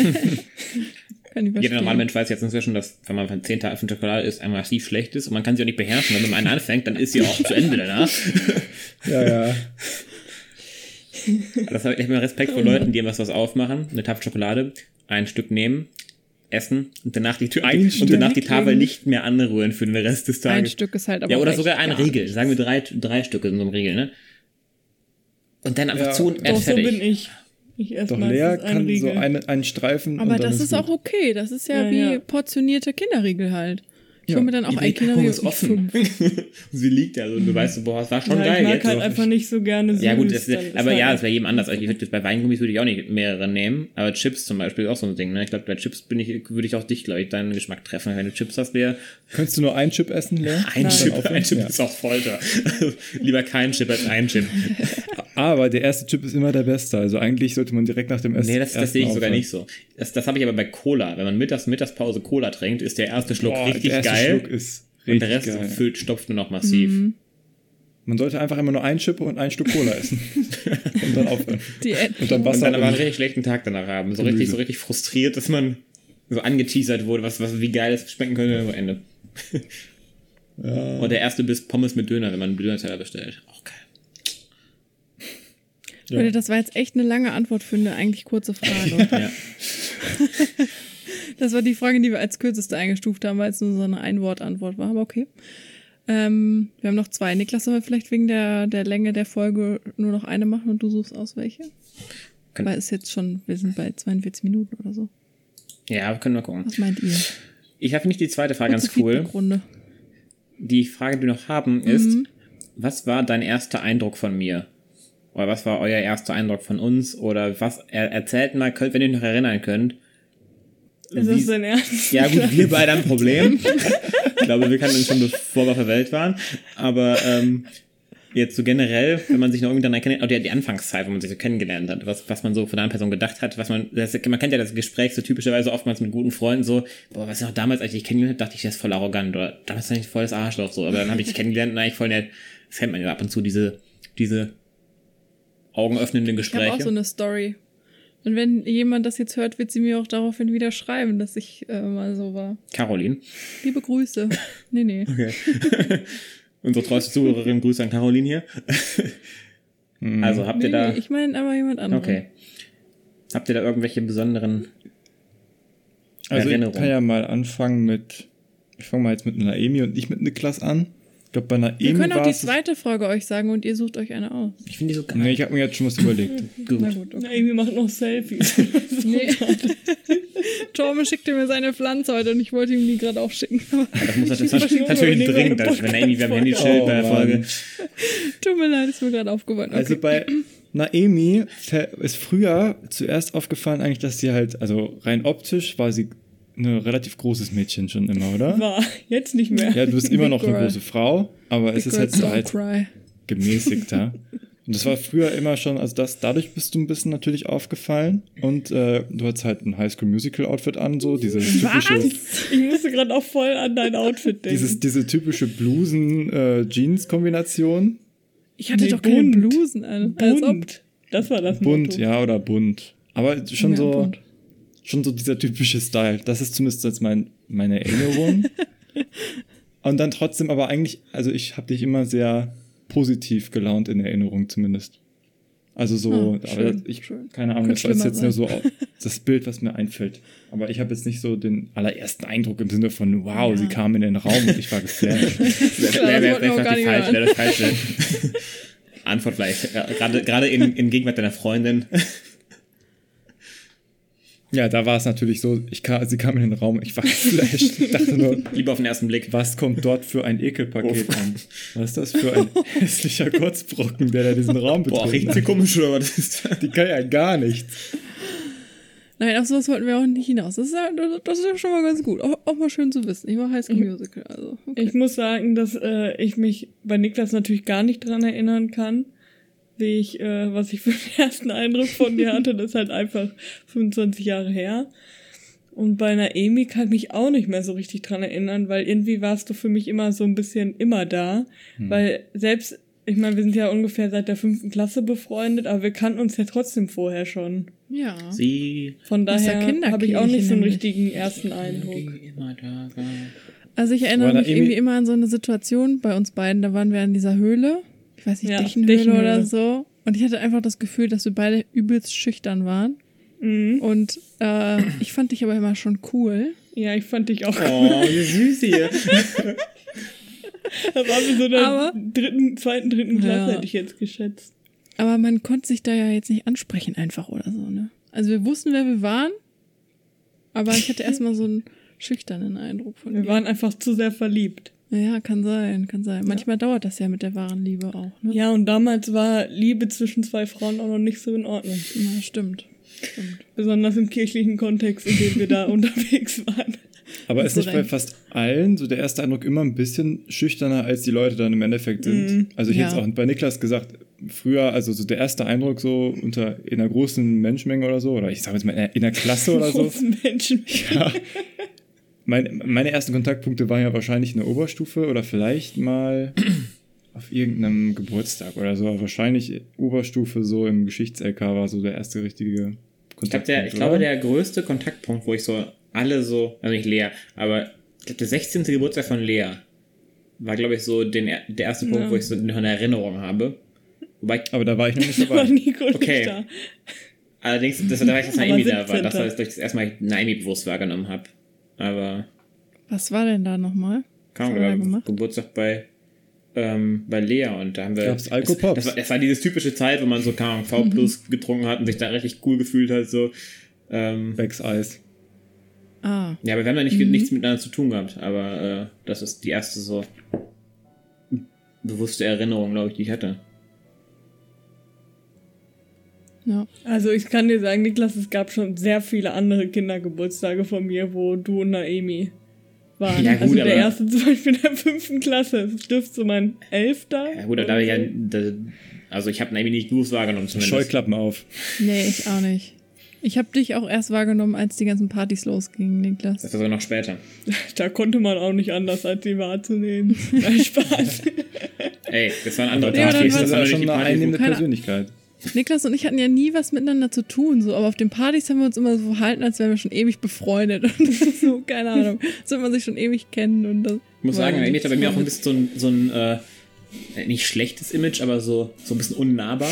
Kann ich Jeder verstehen. normale Mensch weiß jetzt inzwischen, dass, wenn man von zehn Tafeln Schokolade isst, ein massiv schlecht ist und man kann sie auch nicht beherrschen. Wenn man einen anfängt, dann ist sie auch zu Ende danach. Ja, ja. Das habe ich echt mal Respekt vor Leuten, die was was aufmachen, eine Tafel Schokolade, ein Stück nehmen, essen und danach die, Tür, Ein und Stück danach die Tafel nehmen. nicht mehr anrühren für den Rest des Ein Tages. Stück ist halt aber Ja, oder auch sogar echt ein gar Riegel. nichts. Sagen wir drei, drei Stücke in so einem Riegel, ne? Und dann einfach Ja. zu und Doch, so fertig. bin ich. Ich esse Doch meistens Lea einen kann Riegel. so eine, einen Streifen. Aber und dann das ist auch gut. okay. Das ist ja, Ja, wie ja. portionierte Kinderriegel halt. Ich hole mir dann auch Die ein Kinder Packung ist offen. Sie liegt da so und du weißt so, boah, das war schon Ja, geil. ich mag jetzt. halt So. einfach nicht so gerne süß. Ja gut, das, dann ist aber halt ja, das wäre jedem anders. Also ich würde jetzt bei Weingummis würde ich auch nicht mehrere nehmen, aber Chips zum Beispiel ist auch so ein Ding. Ne? Ich glaube, bei Chips bin ich, würde ich auch dich, glaube ich, deinen Geschmack treffen. Wenn du Chips hast, der Könntest du nur einen Chip essen, Lea? ein Dann Chip, aufhören? ein Chip Ja. ist auch Folter. Lieber kein Chip als ein Chip. Aber der erste Chip ist immer der beste. Also eigentlich sollte man direkt nach dem Essen. Nee, das, das sehe ich sogar nicht so. Das, das habe ich aber bei Cola. Wenn man mittags Mittagspause Cola trinkt, ist der erste Schluck Boah, richtig der erste geil. Schluck ist Und richtig der Rest geil. füllt, stopft nur noch massiv. Mhm. Man sollte einfach immer nur einen Chip und ein Stück Cola essen. Und dann aufhören. Die Und dann Und Wasser. dann aber einen und- richtig schlechten Tag danach haben. So Gemüse. richtig, so richtig frustriert, dass man so angeteasert wurde, was, was, wie geil es schmecken könnte am Ende. Ja. Und der erste Biss Pommes mit Döner, wenn man einen Döner-Teller bestellt. Auch geil. Ja. Leute, das war jetzt echt eine lange Antwort für eine eigentlich kurze Frage. Ja. Das war die Frage, die wir als kürzeste eingestuft haben, weil es nur so eine Ein-Wort-Antwort war, aber okay. Ähm, wir haben noch zwei. Niklas, sollen wir vielleicht wegen der, der Länge der Folge nur noch eine machen und du suchst aus welche? Können- Weil es jetzt schon, wir sind bei zweiundvierzig Minuten oder so. Ja, können wir gucken. Was meint ihr? Ich habe nicht die zweite Frage ganz Kurze cool. Feedback-Runde. Die Frage, die wir noch haben, ist, Mhm. was war dein erster Eindruck von mir? Oder was war euer erster Eindruck von uns? Oder was, er, erzählt mal, könnt, wenn ihr euch noch erinnern könnt. Ist wie- das dein Ernst? Ja gut, wir beide haben ein Problem. Ich glaube, wir kannten uns schon, bevor wir auf der Welt waren. Aber ähm, jetzt so generell, wenn man sich noch irgendwie dann kennenlernt, oder die Anfangszeit, wo man sich so kennengelernt hat, was, was man so von einer Person gedacht hat, was man, das, man kennt ja das Gespräch so typischerweise oftmals mit guten Freunden so, boah, was ich noch damals, als ich dich kennengelernt habe, dachte ich, der ist voll arrogant oder damals war ich voll das Arschloch so, aber dann habe ich dich kennengelernt und eigentlich voll nett. Das kennt man ja ab und zu, diese, diese augenöffnenden Ich habe auch Gespräche. so eine Story. Und wenn jemand das jetzt hört, wird sie mir auch daraufhin wieder schreiben, dass ich äh, mal so war. Caroline. Liebe Grüße. Nee, nee. Okay. Unsere treueste Zuhörerin, Grüße an Caroline hier. Also habt ihr Nee, da... nee, ich meine aber jemand anderen. Okay. Habt ihr da irgendwelche besonderen Also ich Erinnerungen? kann ja mal anfangen mit, ich fange mal jetzt mit Naomi und nicht mit Niklas an. Ich glaube, bei Naomi Wir können auch war die es... zweite Frage euch sagen und ihr sucht euch eine aus. Ich finde die so geil. Nee, ich habe mir jetzt schon was überlegt. Gut. Na gut, okay. Na, irgendwie macht noch Selfies. Nee. Torben schickte mir seine Pflanze heute und ich wollte ihm die gerade auch schicken. Das muss das, das, das Wahrscheinlich natürlich nur, wenn dringend, wir dass, wenn er irgendwie beim Handyschild Oh, bei der Mann. Folge. Tut mir leid, ist mir gerade aufgefallen. Okay. Also bei Naomi ist früher zuerst aufgefallen eigentlich, dass sie halt, also rein optisch war sie ein relativ großes Mädchen schon immer, oder? War jetzt nicht mehr. Ja, du bist immer noch eine Girl. große Frau, aber es Big ist halt girls so don't halt cry. gemäßigter. Und das war früher immer schon, also das, dadurch bist du ein bisschen natürlich aufgefallen. Und äh, du hattest halt ein Highschool-Musical-Outfit an, so dieses typische, Ich musste gerade auch voll an dein Outfit denken. dieses, diese typische Blusen-Jeans-Kombination. Ich hatte Nee, doch keine bunt. Blusen an. Als ob. bunt. Das war das Bunt, Motto. ja, oder bunt. Aber schon Ja, so, bunt. schon so dieser typische Style. Das ist zumindest jetzt mein, meine Erinnerung. Und dann trotzdem aber eigentlich, also ich habe dich immer sehr positiv gelaunt in Erinnerung zumindest. Also so, Ah, aber schön, ich, schön. keine Ahnung, Könnte das war jetzt, schlimmer jetzt nur so das Bild, was mir einfällt. Aber ich habe jetzt nicht so den allerersten Eindruck im Sinne von, wow, Ja. sie kam in den Raum und ich war geflasht. Wäre wär, wollten wir auch wär, gar wär, nicht falsch, hören. wäre das falsche Antwort vielleicht. Ja, Gerade, gerade in, in Gegenwart deiner Freundin. Ja, da war es natürlich so, ich kam, sie kam in den Raum, ich war geflasht. Ich dachte nur, Lieber auf den ersten Blick. was kommt dort für ein Ekelpaket Oh. an? Was ist das für ein hässlicher Kotzbrocken, der da diesen Raum Boah, betritt? riecht sie komisch oder was ist das? Die kann ja gar nichts. Nein, auf sowas wollten wir auch nicht hinaus. Das ist ja, das ist ja schon mal ganz gut. Auch, auch mal schön zu wissen. Ich war High School Musical, also. Okay. Ich muss sagen, dass äh, ich mich bei Niklas natürlich gar nicht dran erinnern kann, wie ich, äh, was ich für den ersten Eindruck von dir hatte. Das ist halt einfach fünfundzwanzig Jahre her. Und bei Naomi kann ich mich auch nicht mehr so richtig dran erinnern, weil irgendwie warst du für mich immer so ein bisschen immer da. Hm. Weil selbst, ich meine, wir sind ja ungefähr seit der fünften Klasse befreundet, aber wir kannten uns ja trotzdem vorher schon. Ja. Sie Von Das ist ja daher habe ich auch nicht so einen Kinderkirche richtigen ersten Eindruck. immer da war. Also ich erinnere Aber mich Naomi- irgendwie immer an so eine Situation bei uns beiden. Da waren wir in dieser Höhle. Ich weiß nicht, Ja, Dichenhöhle, Dichenhöhle. oder so. Und ich hatte einfach das Gefühl, dass wir beide übelst schüchtern waren. Mhm. Und äh, ich fand dich aber immer schon cool. Ja, ich fand dich auch Oh, wie süß hier. Da waren wir so in der Aber- dritten, zweiten, dritten Klasse, Ja. hätte ich jetzt geschätzt. Aber man konnte sich da ja jetzt nicht ansprechen einfach oder so, ne? Also wir wussten, wer wir waren. Aber ich hatte erstmal so ein schüchternen Eindruck von Wir dir. waren einfach zu sehr verliebt. Ja, kann sein, kann sein. Manchmal dauert das ja mit der wahren Liebe auch, ne? Ja, und damals war Liebe zwischen zwei Frauen auch noch nicht so in Ordnung. Ja, stimmt. Stimmt. Besonders im kirchlichen Kontext, in dem wir da unterwegs waren. Aber Hast ist du nicht bei recht. fast allen so der erste Eindruck immer ein bisschen schüchterner, als die Leute dann im Endeffekt sind? Mhm. Also ich Ja. hätte es auch bei Niklas gesagt, früher, also so der erste Eindruck so unter in einer großen Menschenmenge oder so, oder ich sage jetzt mal in einer, in einer Klasse oder so. Großen Menschen. Ja. Mein, meine ersten Kontaktpunkte waren ja wahrscheinlich in der Oberstufe oder vielleicht mal auf irgendeinem Geburtstag oder so. Aber wahrscheinlich Oberstufe so im Geschichts-L K war so der erste richtige Ich, glaub, Kontaktpunkt. der, ich oder? glaube, der größte Kontaktpunkt, wo ich so alle so, also nicht Lea, aber ich glaube, der sechzehnte Geburtstag von Lea war, glaube ich, so den, der erste Punkt, Ja. wo ich so noch eine Erinnerung habe. Wobei, Aber da war ich noch nicht Da war dabei. Nico Okay. nicht da. allerdings, das war da, dass Aber Naomi da war, siebzehnte das war das, ich das erste Mal Naomi bewusst wahrgenommen habe. Aber, Was war denn da nochmal? kaum, Was haben wir da glaube gemacht? Geburtstag bei, ähm, bei Lea und da haben wir. Gab's Alkopops? Das, das, war, das war diese typische Zeit, wo man so, keine Ahnung, V plus getrunken hat und sich da richtig cool gefühlt hat, so. Ähm, Becks Eis. Ah, Ja, aber wir haben da nicht, Mhm. nichts miteinander zu tun gehabt. Aber äh, das ist die erste so bewusste Erinnerung, glaube ich, die ich hatte. ja. Also ich kann dir sagen, Niklas, es gab schon sehr viele andere Kindergeburtstage von mir, wo du und Naomi waren. Ja, gut, also der aber- erste zum Beispiel in der fünften Klasse. Das dürfte so mein elfter. Ja gut, da ich ja, da, also ich habe Naomi nicht bewusst wahrgenommen zumindest. Scheuklappen auf. Nee, ich auch nicht. Ich habe dich auch erst wahrgenommen, als die ganzen Partys losgingen, Niklas. Das war sogar noch später. Da konnte man auch nicht anders, als sie wahrzunehmen. Nein, Spaß. Ey, das waren andere Ja, aber dann Partys. war Das es waren war nicht schon die eine Partys, einnehmende wo- Keine- Persönlichkeit. Niklas und ich hatten ja nie was miteinander zu tun, so, aber auf den Partys haben wir uns immer so verhalten, als wären wir schon ewig befreundet und das ist so, keine Ahnung, als würde man sich schon ewig kennen und das. Ich muss sagen, Naomi hat bei mir auch ein bisschen so ein, so ein äh, nicht schlechtes Image, aber so, so ein bisschen unnahbar.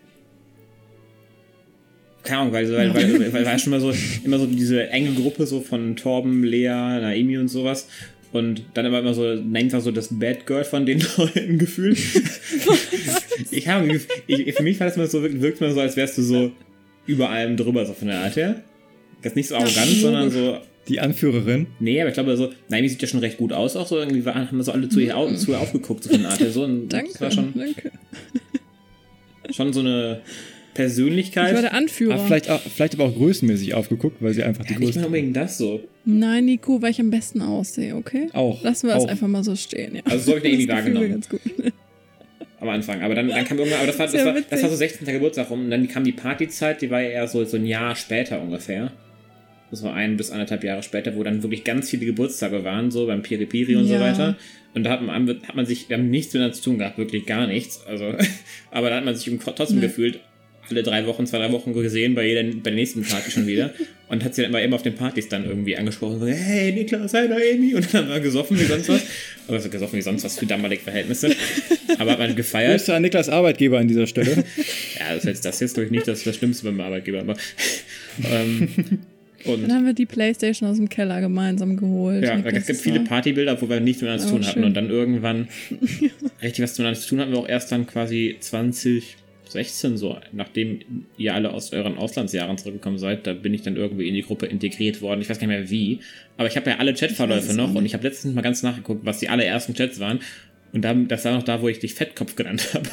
Keine Ahnung, weil, weil, weil, weil war schon mal so, immer so diese enge Gruppe so von Torben, Lea, Naomi und sowas. Und dann aber immer so, Naomi war so das Bad Girl von den Leuten gefühlt. ich habe, ich, für mich war das immer so, wirkt immer so, als wärst du so über allem drüber, so von der Art her. Das ist nicht so arrogant, sondern so, Die Anführerin. nee, aber ich glaube so, Naomi sieht ja schon recht gut aus, auch so irgendwie waren, haben wir so alle zu ihr, au, zu ihr aufgeguckt, so von der Art her. So, und Danke, das war schon, danke. schon so eine Ich war Persönlichkeit. der Anführer. Ah, vielleicht, auch, vielleicht aber auch größenmäßig aufgeguckt, weil sie einfach die Ja, nicht größte mal unbedingt das so. Nein, Nico, weil ich am besten aussehe, okay? Auch. Lassen wir es auch. einfach mal so stehen, ja. Also so habe ich Naomi Das Gefühl wäre wahrgenommen. ganz gut. Am Anfang. Aber dann, dann kam irgendwann, aber das war, das, Sehr war, witzig. das war so sechzehnter Geburtstag rum und dann kam die Partyzeit, die war ja eher so, so ein Jahr später ungefähr. Das war ein bis anderthalb Jahre später, wo dann wirklich ganz viele Geburtstage waren, so beim Piri Piri und so Ja. weiter. Und da hat man, hat man sich, wir haben nichts miteinander zu tun gehabt, wirklich gar nichts. Also, aber da hat man sich trotzdem Nee. gefühlt, alle drei Wochen, zwei, drei Wochen gesehen, bei jeder, bei der nächsten Party schon wieder. Und hat sie dann immer, immer auf den Partys dann irgendwie angesprochen, so, hey Niklas, hey Naomi, und dann haben wir gesoffen wie sonst was. Aber so gesoffen wie sonst was für damalige Verhältnisse. Aber hat man gefeiert. Grüße an Niklas Arbeitgeber an dieser Stelle. Ja, das ist jetzt, das ist jetzt glaube ich nicht das, das Schlimmste beim Arbeitgeber, aber ähm, und Dann haben wir die Playstation aus dem Keller gemeinsam geholt. ja, Niklas es gibt ist viele da. Partybilder, wo wir nichts miteinander zu Oh, tun hatten schön. und dann irgendwann richtig was miteinander zu tun hatten wir auch erst dann quasi zwanzig sechzehn so, nachdem ihr alle aus euren Auslandsjahren zurückgekommen seid, da bin ich dann irgendwie in die Gruppe integriert worden. Ich weiß gar nicht mehr wie, aber ich habe ja alle Ich weiß Chatverläufe es noch auch und nicht. ich habe letztens mal ganz nachgeguckt, was die allerersten Chats waren und dann, das war noch da, wo ich dich Fettkopf genannt habe.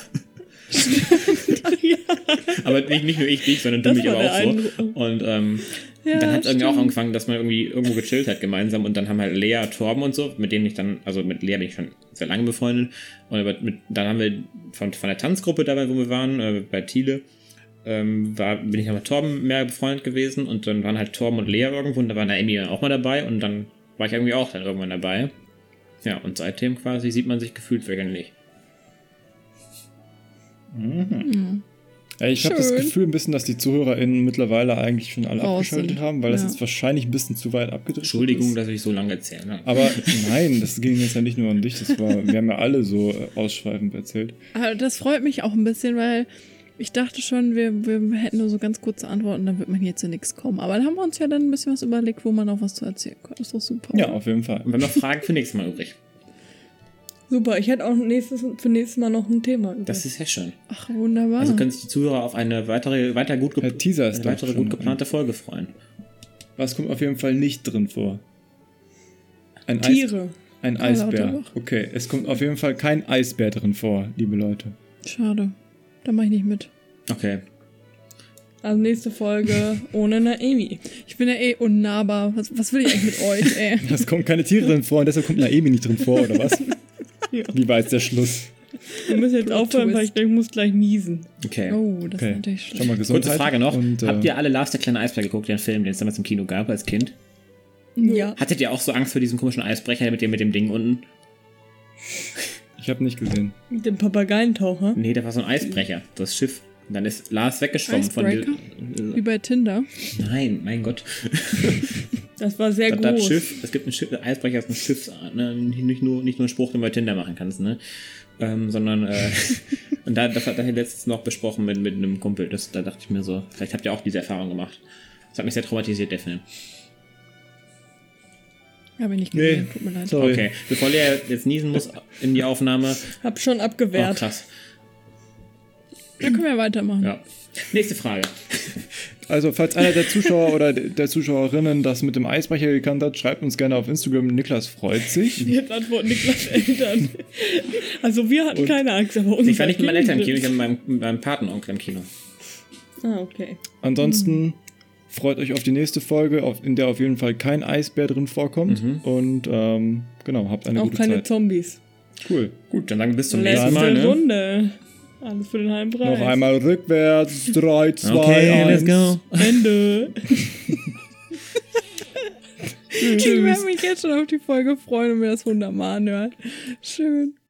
Aber nicht, nicht nur ich dich, sondern du Das mich war aber der auch so. Eindruck. Und ähm, Ja, dann hat es irgendwie auch stimmt. angefangen, dass man irgendwie irgendwo gechillt hat gemeinsam und dann haben halt Lea, Torben und so, mit denen ich dann, also mit Lea bin ich schon sehr lange befreundet und aber mit, dann haben wir von, von der Tanzgruppe dabei, wo wir waren, äh, bei Thiele, ähm, war, bin ich noch mit Torben mehr befreundet gewesen und dann waren halt Torben und Lea irgendwo und da war Naomi auch mal dabei und dann war ich irgendwie auch dann irgendwann dabei. Ja, und seitdem quasi sieht man sich gefühlt wöchentlich. Mhm. Ja, ich habe das Schön. Gefühl ein bisschen, dass die ZuhörerInnen mittlerweile eigentlich schon alle Raus abgeschaltet sind. haben, weil das Ja. jetzt wahrscheinlich ein bisschen zu weit abgedriftet Entschuldigung, ist. dass ich so lange erzähle. Ne? Aber nein, das ging jetzt ja nicht nur an dich, das war, wir haben ja alle so äh, ausschweifend erzählt. Aber das freut mich auch ein bisschen, weil ich dachte schon, wir, wir hätten nur so ganz kurze Antworten, dann wird man hier zu nichts kommen. Aber dann haben wir uns ja dann ein bisschen was überlegt, wo man auch was zu erzählen kann. Das ist doch super. Ja, oder? auf jeden Fall. Und wir haben noch Fragen für nächstes Mal übrig. Super, ich hätte auch nächstes, für nächstes Mal noch ein Thema. übrig. Das ist sehr schön. Ach, wunderbar. Also können sich die Zuhörer auf eine weitere, weiter gut, Herr gep Teaser ist eine doch weitere schon gut geplante Folge freuen. Was kommt auf jeden Fall nicht drin vor? Ein Tiere. Eis, ein Karl Eisbär. Lauterbach. Okay, es kommt auf jeden Fall kein Eisbär drin vor, liebe Leute. Schade. Da mache ich nicht mit. Okay. Also nächste Folge ohne eine Amy. Ich bin ja eh unnahbar. Was, was will ich eigentlich mit euch, ey? Es kommen keine Tiere drin vor und deshalb kommt Naemi nicht drin vor, oder was? Ja. Wie war jetzt der Schluss? Wir müssen jetzt Plot aufhören, weil ich Twist. gleich muss gleich niesen. Okay. Oh, das Okay, ist natürlich schon schlecht. mal Gesundheit. Kurze Frage noch. Und, äh, Habt ihr alle Lars der kleine Eisbär geguckt, den Film, den es damals im Kino gab als Kind? Ja. Hattet ihr auch so Angst vor diesem komischen Eisbrecher mit dem, mit dem Ding unten? Ich habe nicht gesehen. Mit dem Papageientaucher. Nee, da war so ein Eisbrecher, das Schiff. Und dann ist Lars weggeschwommen von Icebreaker? dem. Wie bei Tinder. Nein, mein Gott. Das war sehr Das, das groß. Schiff, es gibt ein Schiff, Eisbrecher ist ein Schiff, ne? nicht, nur, nicht nur ein Spruch, den du bei Tinder machen kannst, ne? Ähm, sondern, äh, und da, das hat er letztens noch besprochen mit, mit einem Kumpel. Das, da dachte ich mir so, vielleicht habt ihr auch diese Erfahrung gemacht. Das hat mich sehr traumatisiert, der Film. Habe ich nicht Nee. gesehen. Tut mir leid. Sorry. Okay, bevor Lea jetzt niesen muss in die Aufnahme. Hab schon Oh, abgewehrt. krass. Dann können wir weitermachen. Ja. Nächste Frage. Also, falls einer der Zuschauer oder der Zuschauerinnen das mit dem Eisbrecher gekannt hat, schreibt uns gerne auf Instagram. Niklas freut sich. Jetzt antworten Niklas Eltern. Also wir hatten Und- keine Angst, aber unser Ich war nicht mit meinen Eltern im Kino, Kind- ich war mit meinem, mit meinem Patenonkel im Kino. Ah, okay. Ansonsten freut euch auf die nächste Folge, auf, in der auf jeden Fall kein Eisbär drin vorkommt. Mhm. Und ähm, genau, habt eine Auch gute keine Zeit. Zombies. Cool. Gut, dann sagen wir bis zum Letzte nächsten Mal. Ne? Runde. Alles für den halben Preis. Noch einmal rückwärts. drei, zwei, Okay, eins. let's go. Ende. Ich werde mich jetzt schon auf die Folge freuen und mir das hundertmal anhören. Schön.